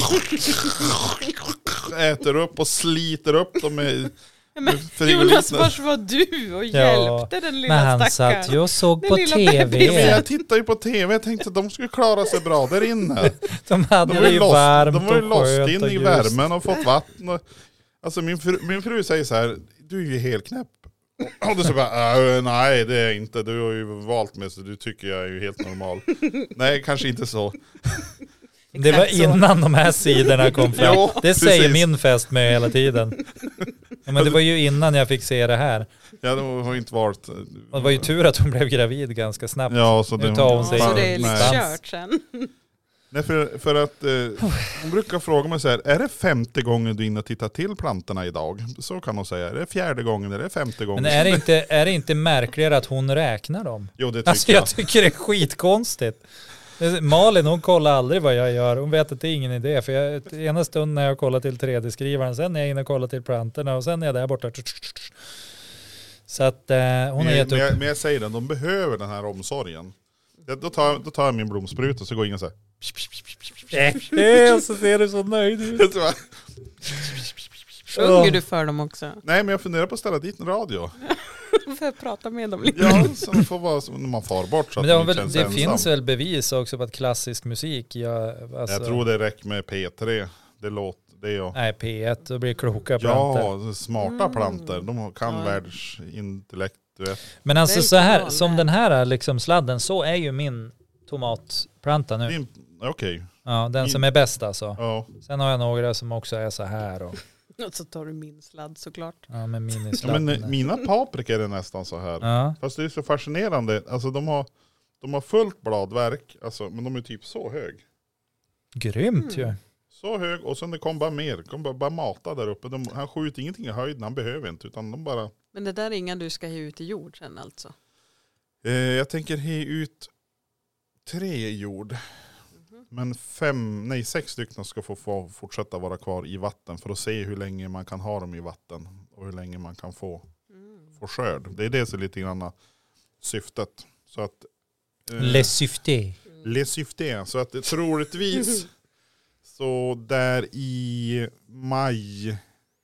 äter upp och sliter upp dem med, Men med Jonas, frigoliterna. vars var du och Ja, hjälpte den lilla Men han stackaren? satt ju och såg Den på lilla tv. bebisen. Men jag tittar ju på tv, jag tänkte att de skulle klara sig bra där inne. De hade De det var ju ju lost, varmt de var ju och lost skönt in och i ljust. värmen och fått vatten. Och, alltså min fru, min fru säger så här, du är ju helt knäpp. Och du så bara, äh, nej det är jag inte, du har ju valt mig så du tycker jag är ju helt normal. Nej, kanske inte så. Det var Exakt så. innan de här sidorna kom fram. Jo, Det säger precis. min fest med hela tiden. Ja, men det var ju innan jag fick se det här. Ja, de har ju inte varit... Och det var ju tur att hon blev gravid ganska snabbt. Ja, så Nu det, tar hon sig Så in. det är Nej. lite kört sen. Nej, för, för att eh, hon brukar fråga mig så här, är det femte gången du är inne och tittar till plantorna idag? Så kan hon säga, är det fjärde gången eller är det femte gången? Men är det, inte, är det inte märkligare att hon räknar dem? Jo, det tycker Alltså jag. jag tycker det är skitkonstigt. Malin hon kollar aldrig vad jag gör. Hon vet att det är ingen idé. För jag, ena stunden när jag kollar till tre D-skrivaren, sen är jag inne och kollar till plantorna och sen är jag där borta. Så att eh, hon har men, gett men, jag, upp. men jag säger det, de behöver den här omsorgen. Ja, då, tar, då tar jag min blomspruta och så går jag in och så här. Eh, och så ser du så nöjd ut. Så bara, Sjunger du för dem också? nej, men jag funderar på att ställa dit en radio. För att prata med dem lite. Ja, så det får vara som när man far bort så att Men det, har man inte väl, känns det ensam. finns väl bevis också på att klassisk musik, ja, alltså, Jag tror det räcker med P tre. Det låter det och nej P ett, då blir det kloka plantor. ja, smarta Mm. plantor. De kan Ja. världsintellekt. Du vet. Men alltså Väldigt så här, bra, som nej. den här liksom sladden, så är ju min tomatplanta nu. Din- Okej, Ja, den min- som är bäst alltså. ja. Sen har jag några som också är så här och Och så tar du min sladd såklart. ja, med Ja, minisladden. men eh, mina paprikor är nästan så här. Ja, Fast det är så fascinerande. Alltså de har, de har fullt bladverk, alltså, men de är typ så hög. grymt ju. Mm. Så hög och sen det kom bara mer. Det kom bara, bara mata där uppe. De, han skjuter ingenting i höjden, han behöver inte. Utan de bara... Men det där är inga du ska ge ut i jord sen alltså? Eh, jag tänker he ut tre i jord. Men fem, nej sex stycken ska få, få fortsätta vara kvar i vatten. För att se hur länge man kan ha dem i vatten. Och hur länge man kan få, Mm. få skörd. Det är det som är lite grann syftet. Så att... eh, Le syfte. Le syfte. Så att det troligtvis så där i maj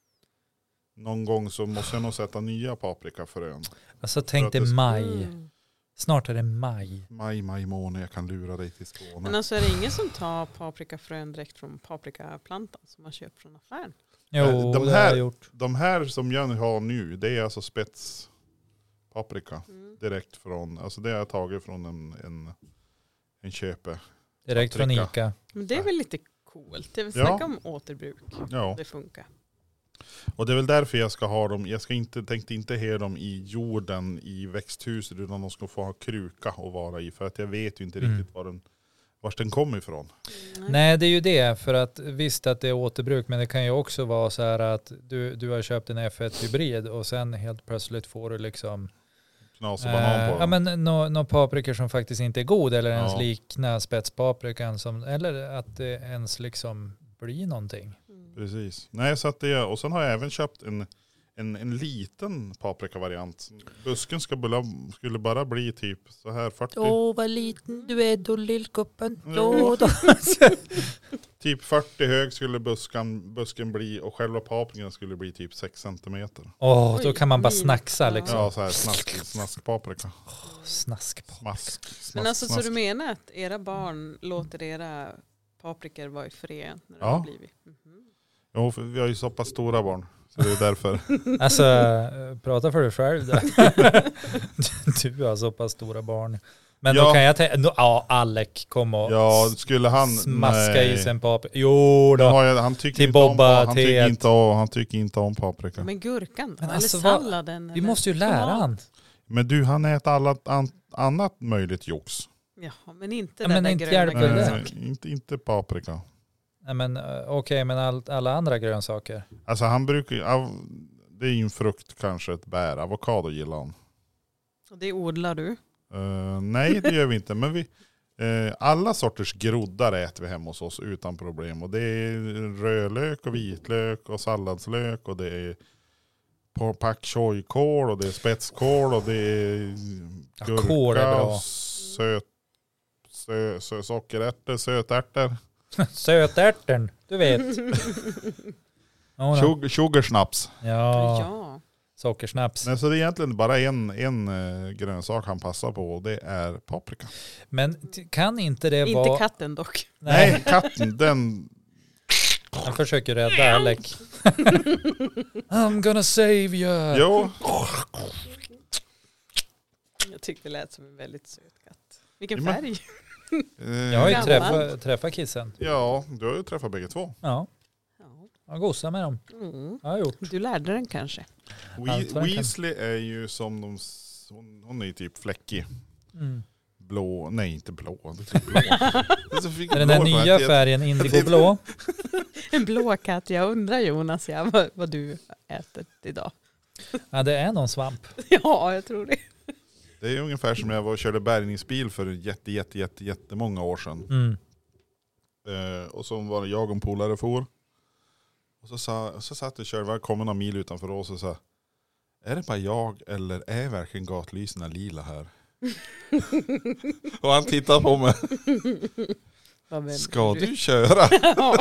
någon gång så måste jag nog sätta nya paprikafrön. Alltså tänk För att dig det- maj. Mm. Snart är det maj. Maj, maj månad, jag kan lura dig till Skåne. Men alltså är det ingen som tar paprikafrön direkt från paprikaplantan som man köper från affären? Jo, de det har här- jag gjort. De här som jag har nu, det är alltså spets paprika. Mm. Direkt från, alltså det har jag tagit från en, en, en köpe. Direkt från paprika. Ica. Men det är väl lite coolt. Det är väl Ja. snacka om återbruk. Ja, Det funkar. och det är väl därför jag ska ha dem. Jag ska inte, tänkte inte ha dem i jorden i växthuset utan de ska få ha kruka och vara i. För att jag vet ju inte Mm. riktigt var den, vars den kommer ifrån. Nej, det är ju det. För att visst att det är återbruk, men det kan ju också vara så här att du, du har köpt en F ett hybrid och sen helt plötsligt får du liksom Knas och banan på eh, ja, dem. men några no paprikor som faktiskt inte är god eller ens Ja. liknar spetspaprikan som, eller att det ens liksom blir någonting. Mm. Precis. Nej, så att det, och sen har jag även köpt en, en, en liten paprikavariant. Busken ska bara, skulle bara bli typ så här fyrtio. Åh, vad liten du är då, lillkoppen. Ja. Då, då. Typ fyrtio hög skulle buskan, busken bli och själva paprikan skulle bli typ sex centimeter. Åh, då Oj, kan man bara min- snacksa ja. liksom. Ja, så här snask, snaskpaprika. Snask på. Smask, smask, Men alltså så smask. du menar att era barn låter era paprikor var i fred när det Ja. har blivit. Mm-hmm. Jo, för vi har ju så pass stora barn. Så det är därför. Alltså, prata för dig själv där. Du har så pass stora barn. Men Ja. då kan jag tänka, ja, Alec kom och Ja, skulle han... smaska nej. i sig en paprika. Jo Då då. har jag, han tycker Till inte om, Bobba, han tycker teet. inte om, han tycker inte om paprika. Men gurkan då? Men Eller alltså, vad- salladen? Vi eller måste ju lära tomat? han. Men du, han äter alla, an, annat möjligt jox. Jaha, men inte Ja, den men där inte gröna hjälper det. grönsaken. Nej, inte, inte paprika. Nej, men eh, okej, men all, alla andra grönsaker. Alltså han brukar ju, av- det är ju en frukt, kanske ett bär. Avokado gillar han. Och det odlar du? Uh, nej, det gör vi inte. Men vi, uh, alla sorters groddar äter vi hemma hos oss utan problem. Och det är rödlök och vitlök och salladslök och det är på pak choi-kål och det är spetskål och det är Ja, gurka kål är bra. och söt, sö, sö, sockerärtor, sötärtor. Sötärten, du vet. Ja, då. Sugar, sugarsnaps. Ja, Ja. sockersnaps. Men så det är egentligen bara en, en uh, grönsak han passar på och det är paprika. Men t- kan inte det Inte vara... katten dock. Nej, Nej, katten, den... han försöker rädda Alec. I'm gonna save you. Jo, Jag tyckte det lät som en väldigt söt katt. Vilken Ja, men- färg. eh, Jag har ju Gammal. träffat, träffat kissen. ja, du har ju träffat bägge två. Ja, Ja. jag gosar med dem. Mm. Jag har gjort. Du lärde den kanske. We- Hantverkaren. Weasley är ju som de... s- Hon, hon är ju typ fläckig. Mm. Blå, nej inte blå. Det är typ blå. Det är så fick Är den där blå nya för att färgen indigoblå? En blå katt. Jag undrar Jonas ja, vad, vad du äter idag. Ja, det är någon svamp. Ja, jag tror det. Det är ungefär som jag var och körde bärgningsbil för jätte, jätte, jätte, jättemånga år sedan. Mm. Eh, och så var det jag och en polare for. Och så, sa, så satt jag och körde, var kom några mil utanför oss och sa, är det bara jag eller är verkligen gatlyserna lila här? Och han tittade på mig. Vad väntar Ska du köra? Ja.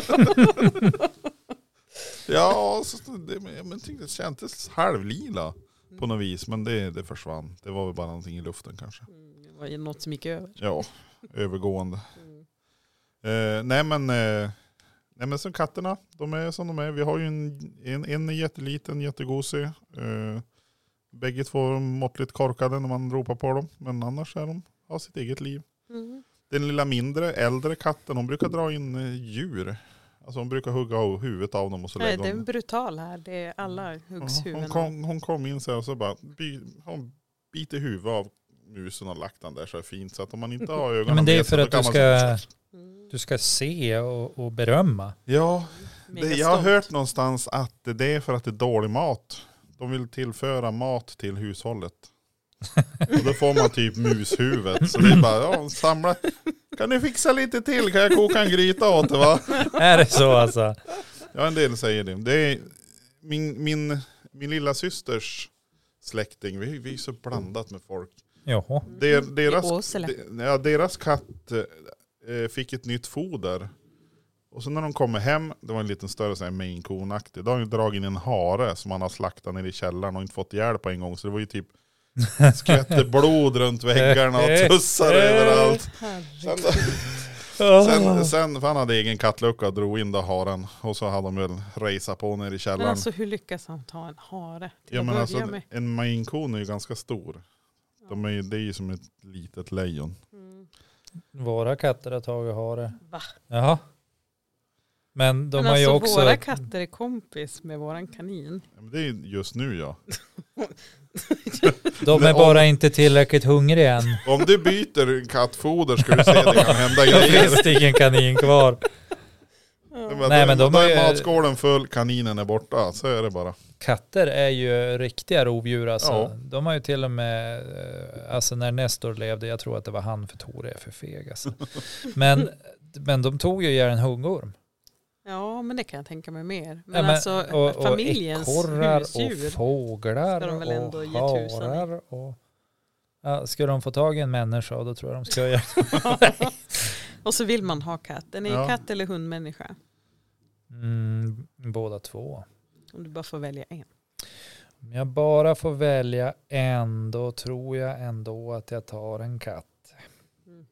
Ja, så det, men jag tyckte det kändes halvlila på något vis. Men det, det försvann. Det var väl bara någonting i luften kanske. Mm, det var ju något som gick över. Ja, övergående. Mm. Eh, nej men eh, nej men som katterna, de är som de är. Vi har ju en, en, en är jätteliten, jättegosig. Eh, bägge två är måttligt korkade när man ropar på dem. Men annars är de, har sitt eget liv. Mm. Den lilla mindre, äldre katten, hon brukar dra in eh, djur. Alltså hon brukar hugga av huvudet av dem och så Nej, lägger det är hon... brutal här. Det är alla Ja, huggshuvuden. hon, kom, hon kom in så här och så bara by, hon biter huvudet av musen och lagt den där så fint. Så att om man inte har ögonen Ja, men det är med sig, för då att kan du man ska, så- Mm. du ska se och, och berömma. Ja, Mega det, jag har stolt. hört någonstans att det är för att det är dålig mat. De vill tillföra mat till hushållet. Och då får man typ mushuvudet. Så det är bara, ja, samla. Kan du fixa lite till? Kan jag koka en gryta åt det va? Är det så alltså? Ja, en del säger det. Det är min, min, min lilla systers släkting. Vi, vi är så blandat med folk. Jaha. Der, deras, I Åsele. de, ja, deras katt eh, fick ett nytt foder. Och så när de kommer hem, det var en liten större så här Maine Coon-aktig. Då har de dragit in en hare som han har slaktat ner i källaren och inte fått ihjäl på en gång. Så det var ju typ skvätte blod runt väggarna och tussar överallt. Sen, då, sen, sen för han hade egen kattlucka och drog in då haren. Och så hade de väl rejsat på ner i Men källaren. alltså hur lyckas han ta en hare till Ja, att men börja alltså, med? en Maine Coon är ju ganska stor. De är, ju- det är ju som ett litet lejon. Mm. Våra katter har tagit hare. Va? Jaha. Men de Men har alltså ju också... våra katter är kompis med våran kanin. Ja, men det är just nu ja. De är Om- bara inte tillräckligt hungriga än. Om du byter kattfoder ska du se det kan hända Det grejer. finns det ingen kanin kvar. Men Nej, men de då har är ju- matskålen full, kaninen är borta. Så är det bara. Katter är ju riktiga rovdjur alltså. Ja. De har ju till och med, eh, alltså när Nestor levde, jag tror att det var han för Tore är för feg alltså. Men, men de tog ju ihjäl en huggorm. Ja, men det kan jag tänka mig mer. Men, Ja, men- alltså och, och familjens ekorrar husdjur. och fåglar ska de väl ändå och ge tusan i. harar. Och, ja, ska de få tag i en människa då tror jag de ska göra. Och så vill man ha katt. Den är Ja. katt eller hundmänniska. Mm, båda två. Om du bara får välja en. Om jag bara får välja en, då tror jag ändå att jag tar en katt. Mm.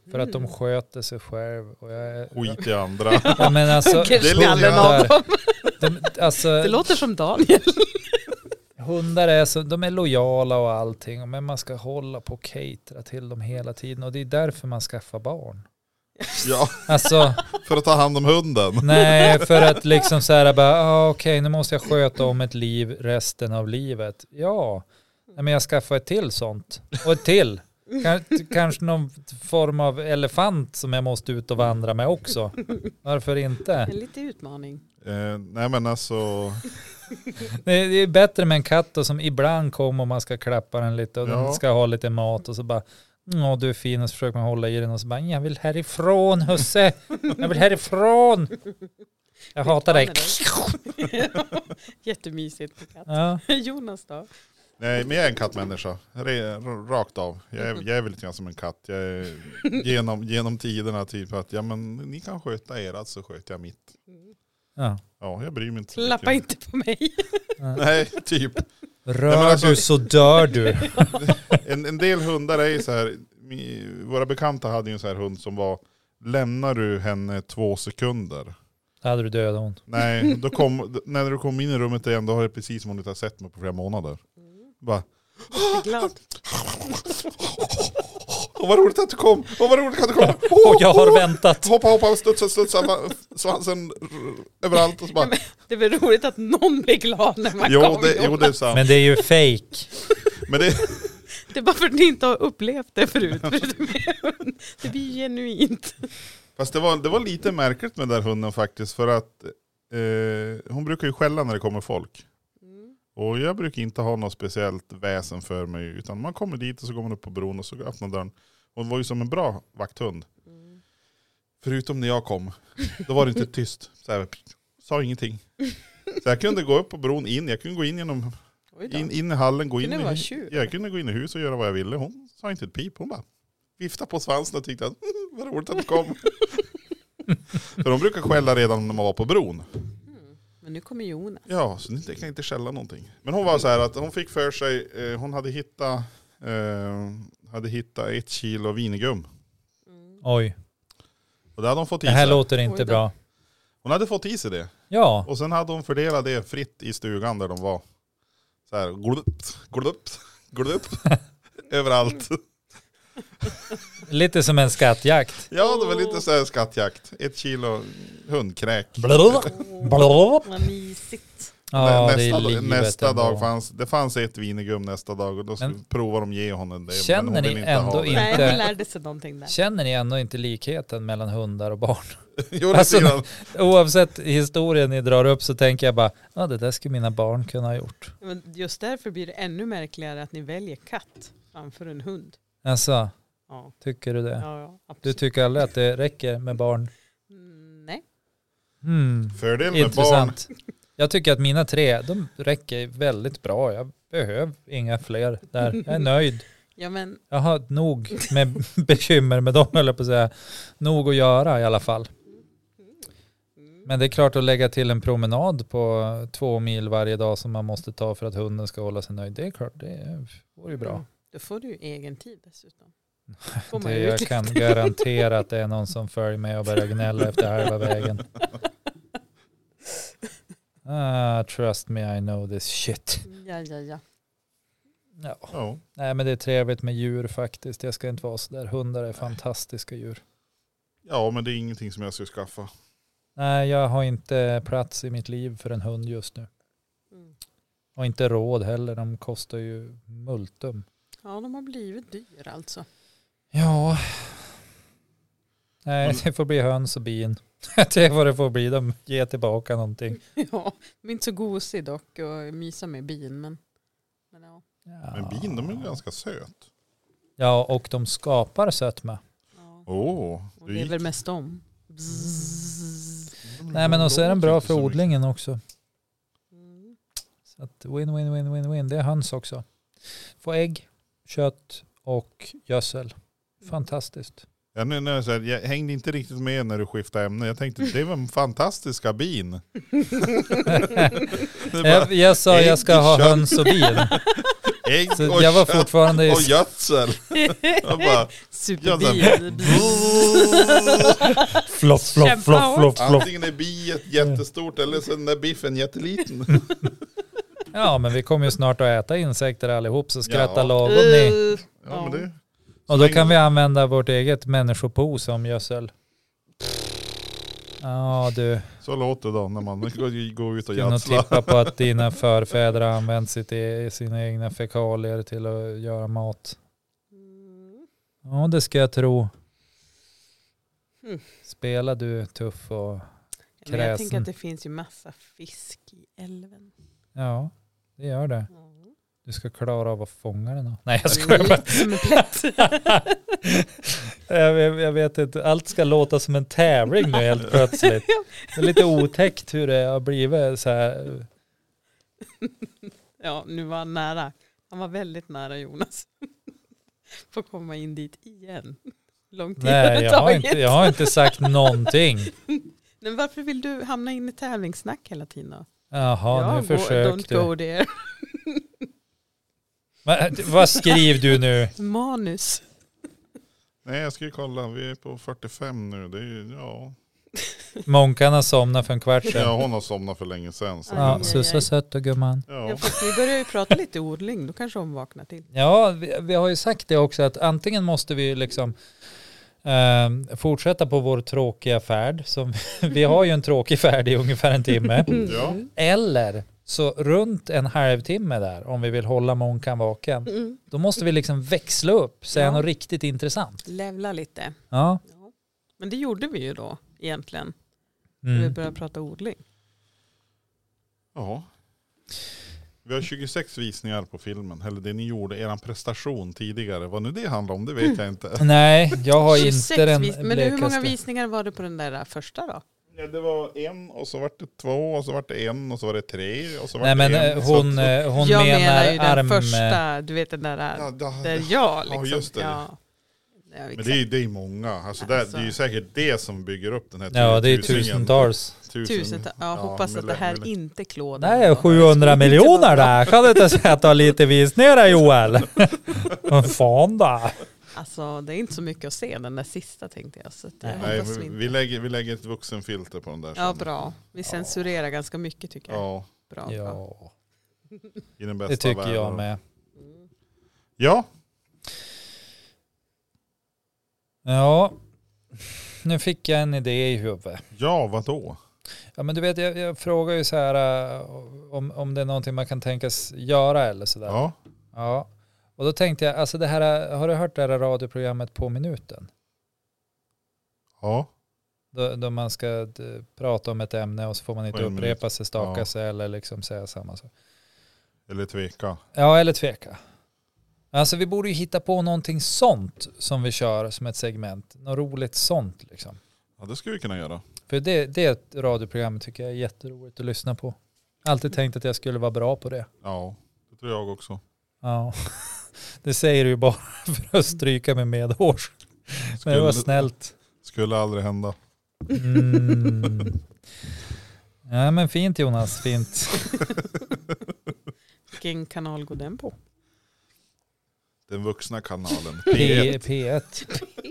För att de sköter sig själv. Och jag är, Skit i andra. ja, men alltså, Det är lite- av dem. de, alltså, Det låter som Daniel. hundar är, så, de är lojala och allting. Men man ska hålla på och catera till dem hela tiden. Och det är därför man skaffar barn. Ja, Alltså, för att ta hand om hunden. nej, för att liksom så här bara, ah, okej, okay, nu måste jag sköta om ett liv resten av livet. Ja, nej, men jag skaffar ett till sånt. Och ett till. Kans- kanske någon form av elefant som jag måste ut och vandra med också. Varför inte? En liten utmaning. Eh, nej men alltså, Det är, det är bättre med en katt då, som ibland kommer och man ska klappa den lite och Ja. den ska ha lite mat och så bara, ja du är fin, och så försöker man hålla i den och så bara, jag vill härifrån husse, jag vill härifrån. Jag hatar dig. Jättemysigt på katt. Ja. Jonas då? nej men jag är en kattmänniska. Re- Rakt av. Jag är, jag är väl lite grann som en katt. Jag är, genom, genom tiderna typ att, ja men ni kan sköta er, så sköter jag mitt. Ja. Ja, jag bryr mig inte så Klappa mycket. inte på mig. Nej, typ. Rör Nej, men alltså- du så dör du. En, en del hundar är ju så här, mi- våra bekanta hade ju en så här hund som var, lämnar du henne två sekunder. Då hade du dödat hon. Nej, då kom, när du kom in i rummet igen, då har det precis som om du inte har sett mig på flera månader. Bara, Jag är glad. åh vad roligt att du kom, åh vad roligt att du kom. Och jag har väntat. Hoppa, hoppa, studsa, studsa, va- svansen r- överallt och så bara. Det är väl roligt att någon blir glad när man Jo kommer. det, jo, det är sant. Men det är ju fake. Men det, Det är bara för att ni inte har upplevt det förut. Det blir ju genuint. fast det var, det var lite märkligt med den där hunden faktiskt, för att eh, hon brukar ju skälla när det kommer folk. Och jag brukar inte ha något speciellt väsen för mig, utan man kommer dit och så går man upp på bron och så öppnar dörren. Och det var ju som en bra vakthund. Mm. Förutom när jag kom, då var det inte tyst. Så här, sa ingenting. Så jag kunde gå upp på bron in, jag kunde gå in genom Oj då. in, in i hallen, gå in Kunde i, vara tjuv. jag kunde gå in i huset och göra vad jag ville. Hon sa inte ett pip, hon bara viftade på svansen och tyckte att vad roligt att du kom. För de brukar skälla redan när man var på bron. Men nu kommer Jonas. Ja, så det kan inte skälla någonting. Men hon var så här att hon fick för sig, eh, hon hade hittat, eh, hade hittat ett kilo vinegum. Oj, Och det hade hon fått i det här sig. låter Oj inte då. bra. Hon hade fått i sig det. Ja, Och sen hade hon fördelat det fritt i stugan där de var. Så här, glup, glup, glup, överallt. lite som en skattjakt. Ja, det var lite så här skattjakt. Ett kilo hundkräk. Blå. Vad mysigt. Ja, nästa det är dag, livet nästa ändå. dag fanns, det fanns ett vinegum nästa dag och då skulle Men- prova de ge honom det. Känner men hon ni ville inte ändå ha det. inte- Nej, hon lärde sig någonting där. Känner ni ändå inte likheten mellan hundar och barn? Jo, lite Alltså, grann. Oavsett historien ni drar upp så tänker jag bara, ja det där skulle mina barn kunna ha gjort. Men just därför blir det ännu märkligare att ni väljer katt framför en hund. Alltså, Ja, tycker du det? ja, ja Du absolut. tycker aldrig att det räcker med barn? Mm, nej. Hmm. Fördelen med barn. Intressant. Jag tycker att mina tre, de räcker väldigt bra. Jag behöver inga fler där. Jag är nöjd. Ja, men Jag har nog med bekymmer med dem, eller på att säga. Nog att göra i alla fall. Men det är klart att lägga till en promenad på två mil varje dag som man måste ta för att hunden ska hålla sig nöjd. Det är klart, det vore ju bra. då får du ju egen tid dessutom. Får man Det, ju jag ut kan lite. garantera att det är någon som följer med och börjar gnälla efter halva vägen. Ah, trust me, I know this shit. Ja, ja, ja. Ja. Ja. Nej, men det är trevligt med djur faktiskt. Jag ska inte vara så där. Hundar är fantastiska djur. ja, men det är ingenting som jag ska skaffa. Nej, jag har inte plats i mitt liv för en hund just nu. Mm. Och inte råd heller. De kostar ju multum. Ja, de har blivit dyra alltså. Ja. Nej, Men- det får bli höns och bin. Det är vad det får bli. De ger tillbaka någonting. Ja, de är inte så gosig dock och mysa med bin. Men, men ja. Ja. Men bin, de är ju ganska söt. Ja, och de skapar sötma. ja. Åh, oh, Och det är väl mest om. Bzzz. Nej, men också är den bra för odlingen också. Mm. Så att win, win, win, win, win. Det är höns också. Få ägg, kött och gödsel. Fantastiskt. Ja, nu, nu, så här, jag hängde inte riktigt med när du skiftade ämne. Jag tänkte, det var en fantastiska bin. Det är bara Jag, jag sa ägg, jag ska ha kött. höns och bin. ägg Så och jag var kött fortfarande i... och gödsel. Jag bara, Superbil. Flopp, flopp, flopp, flopp, flopp. antingen är biet jättestort eller så är den där biffen jätteliten. Ja, men vi kommer ju snart att äta insekter allihop, så skratta Ja. lagom ni. Uh, Ja, men det, Och då kan vi använda vårt eget människopoo som gödsel. Ja, du. så låter det då när man går, går ut och Skulle nog gödslar. tippa på att dina förfäder har använt sitt e- sina egna fekalier till att göra mat. Ja, det ska jag tro. Mm. Spelar du tuff och Men jag kräsen? tänker att det finns ju massa fisk i älven. Ja, det gör det. Mm. Du ska klara av att fånga den då. Nej, jag skojar bara. Som en plätt. jag, vet, jag vet inte, allt ska låta som en tävling nu helt plötsligt. Det är lite otäckt hur det har blivit så här. Ja, nu var han nära. Han var väldigt nära, Jonas. Får komma in dit igen. Lång tid har Nej, det jag har, tagit. inte, jag har inte sagt någonting. Men varför vill du hamna in i tävlingssnack hela tiden då? Jaha, Ja, nu go- försökte Don't go there. Men, vad skriver du nu? Manus. Nej, jag ska ju kolla. Vi är på fyrtiofem nu. Det är ju, ja. Månkarna somnade för en kvart ja, sedan. hon har somnat för länge sedan. Så. Aj, Ja, aj, Sussa aj. sött och gumman. Ja. Ja, fast vi börjar ju prata lite odling. Då kanske hon vaknar till. Ja, vi, vi har ju sagt det också att antingen måste vi liksom eh, fortsätta på vår tråkiga färd. Som, vi har ju en tråkig färd i ungefär en timme. Ja. Eller så runt en halvtimme där, om vi vill hålla månkan vaken. Mm. Då måste vi liksom växla upp, säga Ja. något riktigt intressant. Levla lite. Ja. Ja. Men det gjorde vi ju då egentligen. När vi Mm. började prata odling. ja. Vi har tjugosex visningar på filmen. Eller det ni gjorde, er prestation tidigare. Vad nu det handlar om, det vet jag inte. Nej, jag har tjugosex inte den vis- Men du, hur många blekaste. visningar var det på den där första då? Ja, det var en och så var det två och så var det en och så var det tre och så var Nej, men det en. eh, Så hon, att- eh, hon jag menar, menar ju den arm... första, du vet den där, Ja, da- där jag liksom. Ja, just det. Ja. Ja, Men exakt. det är ju det är många. Alltså där, Alltså. det är ju säkert det som bygger upp den här Ja, det är tusingen. tusentals. Tusen. Tusen, ja, hoppas att det här mille- inte klådar. Nej, sjuhundra miljoner där. Kan du inte säga att du har lite visningar där, Joel? Vad fan då? Alltså det är inte så mycket att se den där sista tänkte jag. Så att jag Nej, hoppas vi Nej, inte. vi lägger, vi lägger ett vuxenfilter på den där. Ja, sen. bra. Vi censurerar ganska mycket tycker jag. Ja, Bra, bra. Ja, i den bästa det tycker världen. jag med. Mm. Ja, Ja, nu fick jag en idé i huvudet. ja, vadå? Ja, men du vet, jag, jag frågar ju så här uh, om, om det är någonting man kan tänkas göra eller sådär. Ja, Ja. Och då tänkte jag, alltså det här, har du hört det här radioprogrammet På minuten? ja, Då, då man ska d, prata om ett ämne och så får man inte På en upprepa minut. sig, staka Ja. sig eller liksom säga samma sak. eller tveka. Ja, eller tveka. Alltså vi borde ju hitta på någonting sånt som vi kör som ett segment. Något roligt sånt liksom. Ja, det skulle vi kunna göra. För det, det radioprogrammet tycker jag är jätteroligt att lyssna på. Alltid tänkt att jag skulle vara bra på det. Ja, det tror jag också. Ja, det säger du ju bara för att stryka mig medhårs. Men det var snällt. Skulle aldrig hända. Mm. Ja, men fint Jonas, fint. Vilken kanal går den på? Den vuxna kanalen. P, P ett. P1.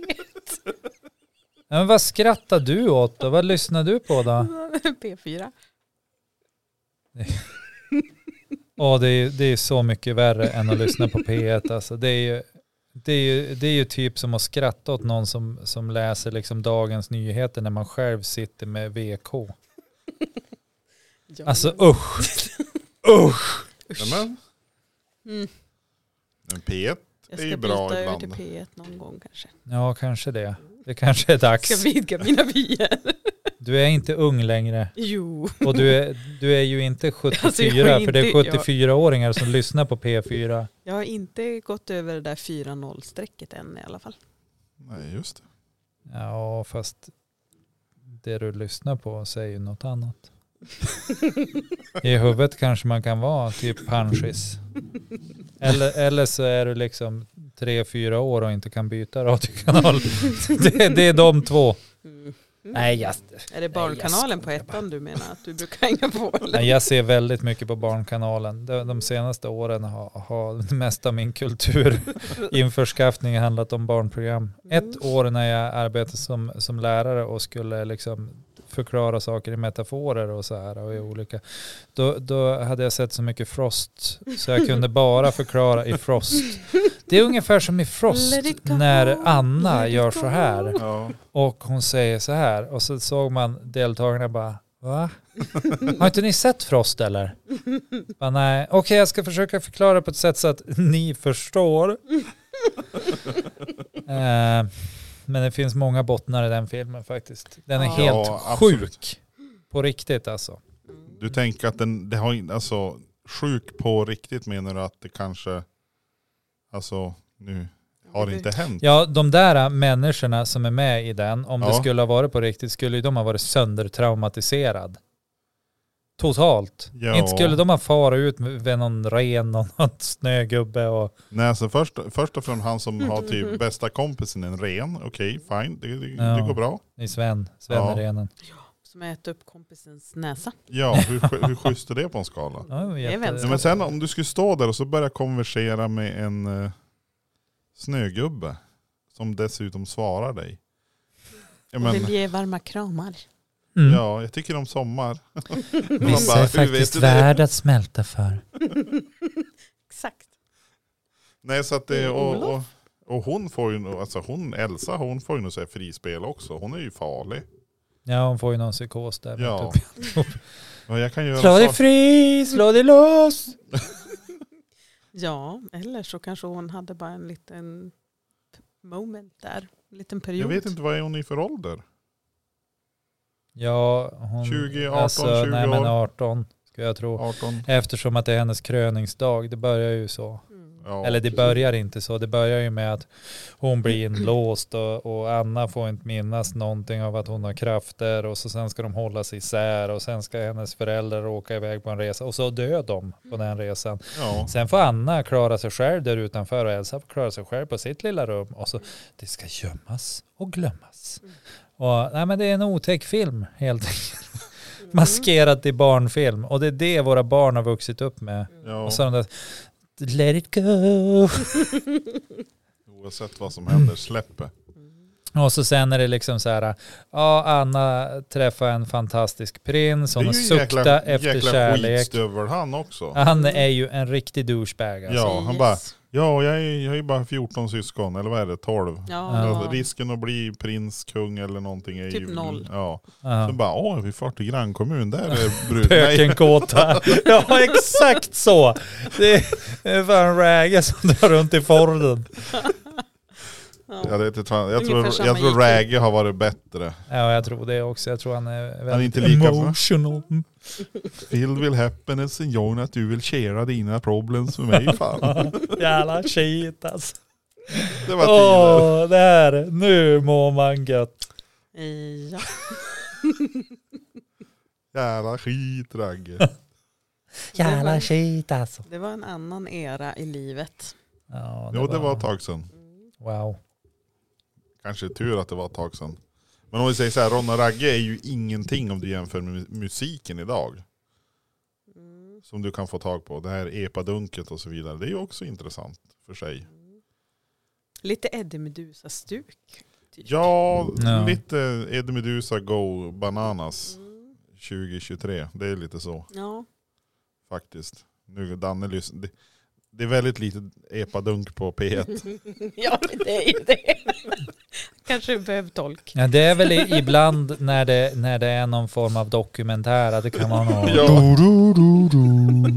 Ja, men vad skrattar du åt då? Vad lyssnar du på då? P fyra. Åh, det är, det är så mycket värre än att lyssna på P ett. Alltså, det, är ju, det, är ju, det är ju typ som att skratta åt någon som, som läser liksom dagens nyheter när man själv sitter med V K. Ja, Alltså men- usch. Usch. Usch. Nämen, Mm. men P ett Jag är ju ska bra byta över ibland. till P ett någon gång kanske. Ja, kanske det. Det kanske är dags. Ska vidga mina vyer. Du är inte ung längre. Jo. Och du är, du är ju inte sjuttiofyra, Alltså, jag är för det är inte- sjuttiofyra-åringar som lyssnar på P fyra. Jag har inte gått över det där fyra noll-strecket än i alla fall. Nej, just det. Ja, fast det du lyssnar på säger ju något annat. I huvudet kanske man kan vara typ panschis. Eller, eller så är du liksom tre, fyra år och inte kan byta radiokanal. Det, det är de två. Mm. Mm. Nej, jag, Är det Barnkanalen Nej, på jag ettan du menar att du brukar hänga på? Eller? nej, jag ser väldigt mycket på Barnkanalen. De, de senaste åren har, har det mesta av min kultur införskaffning handlat om barnprogram. Mm. Ett år när jag arbetade som, som lärare och skulle liksom förklara saker i metaforer och så här och i olika. Då, då hade jag sett så mycket Frost så jag kunde bara förklara i Frost. Det är ungefär som i Frost när Anna gör så här Ja. och hon säger så här och så såg man deltagarna bara, va? Har inte ni sett Frost eller? Bara, nej. Okej, okay, jag ska försöka förklara på ett sätt så att ni förstår. eh, men det finns många bottnar i den filmen faktiskt. Den är Ja, helt absolut. sjuk. På riktigt alltså. Du tänker att den, det har inte, alltså sjuk på riktigt menar du att det kanske, alltså nu har det inte hänt? Ja, de där människorna som är med i den, om Ja. det skulle ha varit på riktigt, skulle ju de ha varit söndertraumatiserad. Totalt. Ja. Inte skulle de ha fara ut med någon ren och någon snögubbe och... Nej, alltså först, först och främst han som har typ bästa kompisen en ren, okej, okay, fine, det, det, Ja. det går bra. i Sven, Sven Ja. är renen. Som äter upp kompisens näsa. Ja, hur, hur schysst är det på en skala? Ja, det var är jätte... vänskap. Ja, men sen om du skulle stå där och så börja konversera med en uh, snögubbe som dessutom svarar dig. Ja, Och men, vill ge varma kramar. Mm. ja, jag tycker om sommar. Man Vissa bara, är hur vet faktiskt du det? värd att smälta för. Exakt. Nej, så att det, och, och, Olof. och hon får ju, nog- alltså hon, Elsa, hon får ju nog säga frispel också. Hon är ju farlig. Ja, hon får ju någon psykos där. Ja. mitt uppe. Ja, jag kan göra Slå dig så. fri, slå dig loss. Ja, eller så kanske hon hade bara en liten moment där. En liten period. Jag vet inte, vad är hon i för ålder? Ja, hon... tjugo, arton, alltså, tjugo nej, men år. arton ska jag tro. arton. Eftersom att det är hennes kröningsdag. Det börjar ju så. Mm. Ja. Eller det börjar inte så. Det börjar ju med att hon blir inlåst och, och Anna får inte minnas någonting av att hon har krafter och så sen ska de hålla sig isär och sen ska hennes föräldrar åka iväg på en resa och så dör de på den resan. Ja. Sen får Anna klara sig själv där utanför och Elsa får klara sig själv på sitt lilla rum och så det ska gömmas och glömmas. Och, nej, men det är en otäck film helt enkelt. Maskerat i barnfilm och det är det våra barn har vuxit upp med. Ja. Och så de där, let it go. Oavsett vad som händer, släpper. Och så sen är det liksom så här, ja, Anna träffar en fantastisk prins, hon har suktat efter jäkla kärlek. skitstövel han också. Han är ju en riktig douchebag alltså. Ja, han bara, ja, jag är, jag är bara fjorton syskon, eller vad är det, tolv. Ja. Alltså, risken att bli prins, kung eller någonting är Typ ju... noll. Ja. Ja. Så bara, åh, vi far till grannkommun, där är brud. Pökenkåta. Ja, exakt så. Det är fan Ragge som drar runt i Forden. Ja, det är inte, jag Ungefär tror, samma jag tror gick. Ragge har varit bättre. Ja, jag tror det också. Jag tror han är väldigt Han är inte lika- emotional. Phil will happiness and John att du vill share dina problems med mig, fan. Jävla shit alltså. Det var tider. Åh, där. Nu mår man gött. Ja. Jävla skit, Ragge. Jävla shit alltså. Det var en annan era i livet. Ja, Jo, det var ett tag sedan. Wow. Kanske tur att det var ett tag sedan. Men om vi säger så här, Ron och Ragge är ju ingenting om du jämför med musiken idag. Mm. Som du kan få tag på. Det här epadunket och så vidare. Det är ju också intressant för sig. Lite Eddie Meduza-stuk. Typ. Ja, Ja. lite Eddie Meduza Go Bananas Mm. tjugo tjugotre. Det är lite så Ja. faktiskt. Nu Danne lyssnar. Det, det är väldigt lite epadunk på P ett. Ja, det är ju det. Kanske behöver tolk. Ja, det är väl i- ibland när det, när det är någon form av dokumentär att det kan vara någon... Ja. Du, du, du, du.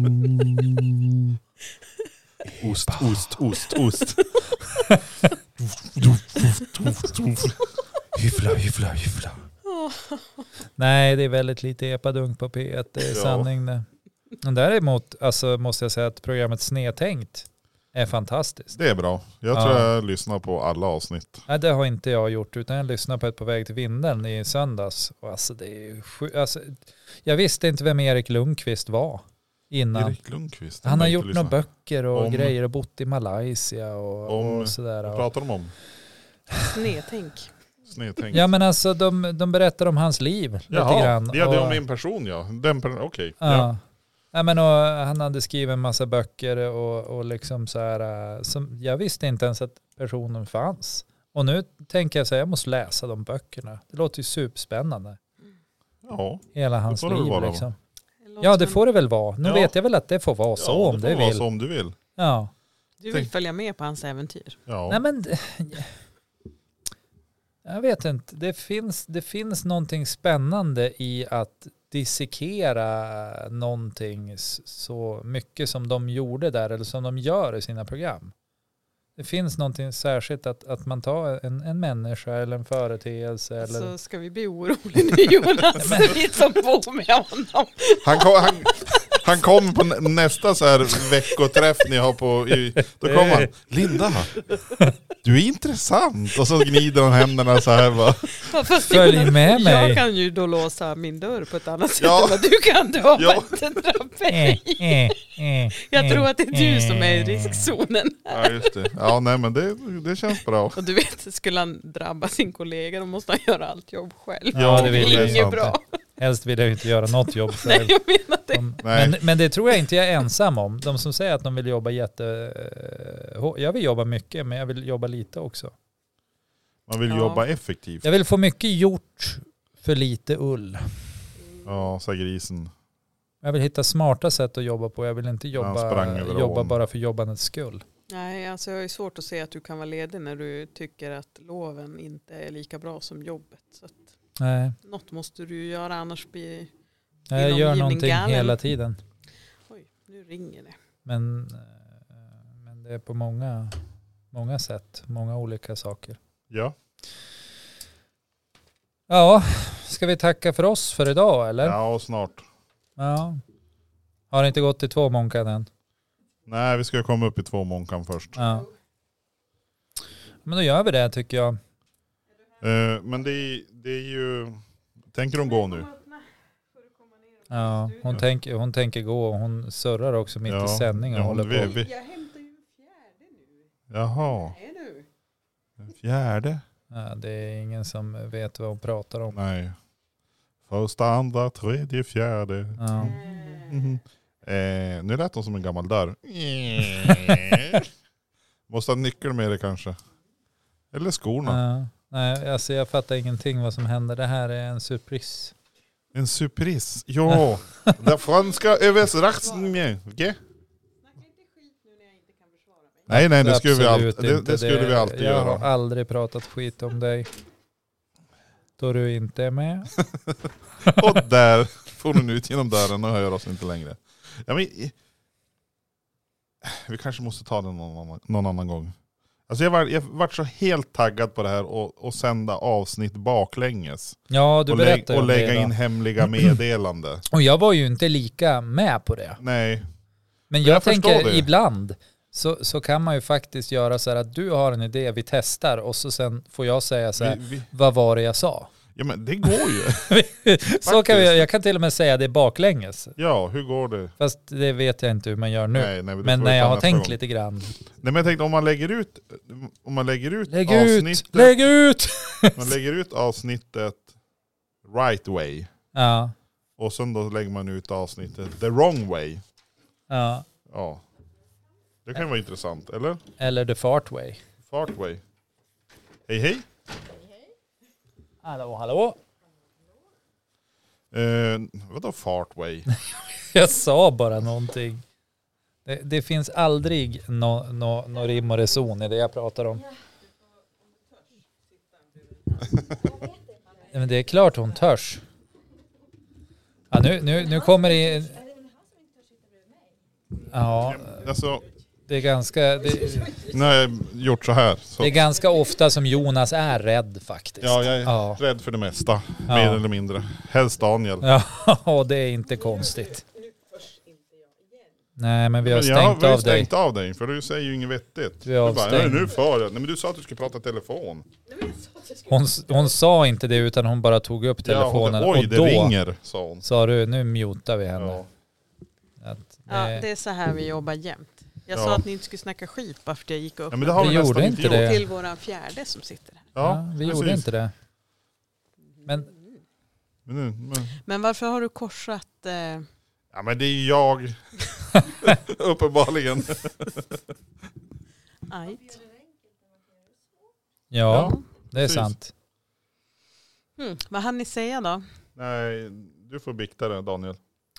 Ost, ost, ost, ost. Hyffla, hyffla, hyffla. Nej, det är väldigt lite epadunk på P ett. Det är Ja. sanning det. Men däremot alltså, måste jag säga att programmet Snedtänkt är fantastiskt. Det är bra. Jag Ja. tror jag lyssnar på alla avsnitt. Nej, det har inte jag gjort utan jag lyssnade på ett På väg till Vindeln i söndags. Och alltså, det är sju, alltså, jag visste inte vem Erik Lundqvist var innan. Erik Lundqvist. Han har inte gjort några lyssnat. böcker och Om- grejer och bott i Malaysia och, Om- och sådär. Vad Och, pratar de om? Snedtänk. Snedtänkt. Ja men alltså de, de berättar om hans liv Jaha, lite grann. ja det är och, om min person ja. Den per- Okej. Okay. ja. Ja. Ja, men och han hade skrivit en massa böcker och, och liksom så här, som, jag visste inte ens att personen fanns. Och nu tänker jag säga jag måste läsa de böckerna. Det låter ju superspännande. Ja. Hela hans får det väl liv vara, liksom. Det Ja det får det väl vara. Nu Ja. vet jag väl att det får vara så ja, om det det får vara vill. så om du vill. Ja. Du vill följa med på hans äventyr. Ja. Nej men jag vet inte. Det finns, det finns någonting spännande i att dissekera någonting så mycket som de gjorde där eller som de gör i sina program. Det finns någonting särskilt att, att man tar en, en människa eller en företeelse. Eller... Så ska vi bli oroliga nu Jonas, vi som bor med honom. Han, kom, han, han kom på nä- nästa så här veckoträff ni har på, i, då kom han, Linda, du är intressant. Och så gnider han händerna så här va. Fast Följ Jonas, med mig. Jag kan ju då låsa min dörr på ett annat sätt Ja. än vad du kan. Du har Ja. bara inte drabbat Eh, mig. eh, eh, Jag tror att det är du som är i eh. riskzonen. Ja just det. Ja nej men det, det känns bra. Och du vet, skulle han drabba sin kollega då måste han göra allt jobb själv. Ja, det vill är jag. inget bra. Helst vill jag inte göra något jobb Nej, själv. jag menar det. De, Nej. men, men det tror jag inte jag är ensam om. De som säger att de vill jobba jätte... eh, Jag vill jobba mycket men jag vill jobba lite också. Man vill Ja. jobba effektivt. Jag vill få mycket gjort för lite ull. Ja, sa grisen. Jag vill hitta smarta sätt att jobba på. Jag vill inte Han jobba, sprang över jobba ån. bara för jobbandets skull. Nej, alltså jag är svårt att se att du kan vara ledig när du tycker att loven inte är lika bra som jobbet. Så att Nej, något måste du göra, annars blir... jag Din gör omgivning någonting galen. hela tiden. Oj, nu ringer det. Men, eh, men det är på många, många sätt. Många olika saker. Ja. Ja, ska vi tacka för oss för idag eller? Ja, och snart. Ja. Har det inte gått till två månkan än? Nej, vi ska komma upp i två månkan först. Ja. Men då gör vi det tycker jag. Eh, men det är, det är ju... Tänker de gå nu? Ja, hon, tänker, hon tänker gå och hon surrar också mitt Ja. i sändningen och Ja, hon håller på. vill- vi- Jag hämtar ju en fjärde nu. Jaha, Är du? en fjärde? Ja, det är ingen som vet vad hon pratar om. Nej. Första, andra, tredje, fjärde. Ja. Mhm. Eh, nu lät hon som en gammal dörr. Måste ha nyckel med det kanske. Eller skorna. Ja. Nej, alltså jag fattar ingenting vad som händer. Det här är en surpris. En surprise. Ja, den franska överraskningen. Okay? Snacka inte skit nu när jag inte kan försvara mig. Nej, nej, det skulle vi Absolut alltid, det, inte. det skulle vi alltid jag göra. har aldrig pratat skit om dig. Då du inte är med. Och där får hon ut genom dörren och hör oss inte längre. Ja, men, vi kanske måste ta den någon annan, någon annan gång. Alltså jag var, jag var så helt taggad på det här och, och sända avsnitt baklänges. Ja, du och, lä- berättade och om lägga det in då. hemliga meddelande. Och jag var ju inte lika med på det. Nej. Men Jag jag, förstår tänker det. ibland så, så kan man ju faktiskt göra så här att du har en idé, vi testar och så sen får jag säga så här, Vi, vi, vad var det jag sa? ja men det går ju. Så kan vi, jag kan till och med säga det baklänges. Ja, hur går det? Fast det vet jag inte hur man gör nu. Nej, nej, det Men får vi när ta jag har nästa tänkt gång. lite grann. Nej, men jag tänkte om man lägger ut om man lägger ut Lägg avsnittet ut! Lägg ut! man lägger ut avsnittet right way Ja, och sen då lägger man ut avsnittet the wrong way. ja. Ja. Det kan vara intressant, eller? Eller the fart way. Fart way. Hej hej. Hallå, hallå. Eh, vadå fart way? Jag sa bara någonting. Det, det finns aldrig någon no, no rim och reson i det jag pratar om. Men det är klart hon törs. Ja, nu, nu, nu kommer det... Ja, Alltså, det är ganska... Det, nu har jag gjort så här. Så. det är ganska ofta som Jonas är rädd faktiskt. Ja, jag är Ja. rädd för det mesta. Ja. Mer eller mindre. Helst Daniel. Ja, och det är inte konstigt. Nej, men vi har Men stängt jag har av dig. stängt av dig, för du säger ju inget vettigt. Vi har Du bara, avstängt. "Nej, nu far jag." Nej, men du sa att du skulle prata telefon. Hon, hon sa inte det utan hon bara tog upp telefonen. Ja, hon, oj, och det då ringer, sa hon. sa du, nu mutar vi henne. Ja. Att Ja, det, det är så här vi jobbar jämt. Jag Ja. sa att ni inte skulle snacka skit bara för att jag gick upp Ja, men det har Vi vi gjorde nästan inte inte det. gjort. till våran fjärde som sitter här. Ja, vi precis. gjorde inte det. Men, Men, nu, men, Men varför har du korsat... Eh... ja men det är jag. Uppenbarligen. Ajt. ja, det är precis. sant. Mm. Vad hann ni säga då? Nej, du får bikta det, Daniel.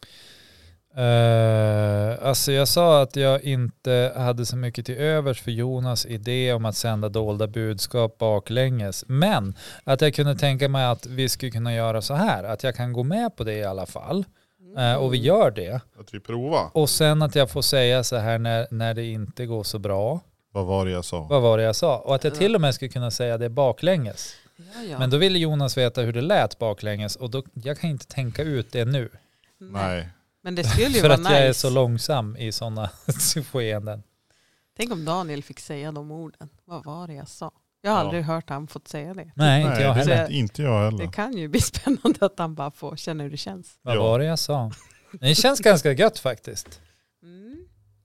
Uh, alltså jag sa att jag inte hade så mycket till övers för Jonas idé om att sända dolda budskap baklänges. Men att jag kunde tänka mig att vi skulle kunna göra så här. Att jag kan gå med på det i alla fall. Uh, och vi gör det. Att vi provar. Och sen att jag får säga så här när, när det inte går så bra. Vad var det jag sa? Vad var det jag sa? Och att jag till och med skulle kunna säga det baklänges. Ja, ja. Men då ville Jonas veta hur det lät baklänges. Och då, jag kan inte tänka ut det nu. Nej. Men det skulle ju För vara att nice. jag är så långsam i sådana skeenden. Tänk om Daniel fick säga de orden. Vad var det jag sa? Jag har Ja. aldrig hört han fått säga det. Nej, inte Nej, jag det- heller. Inte jag heller. Det kan ju bli spännande att han bara får känna hur det känns. Vad Ja. var det jag sa? Det känns ganska gött faktiskt. Mm.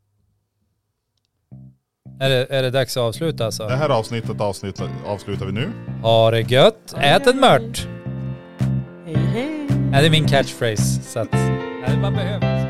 Är det, är det dags att avsluta alltså? Det här avsnittet, avsnittet avslutar vi nu. Ha det gött, ät en mört! Hej hej. Nej, det är min catchphrase. Så att, nej, man behöver.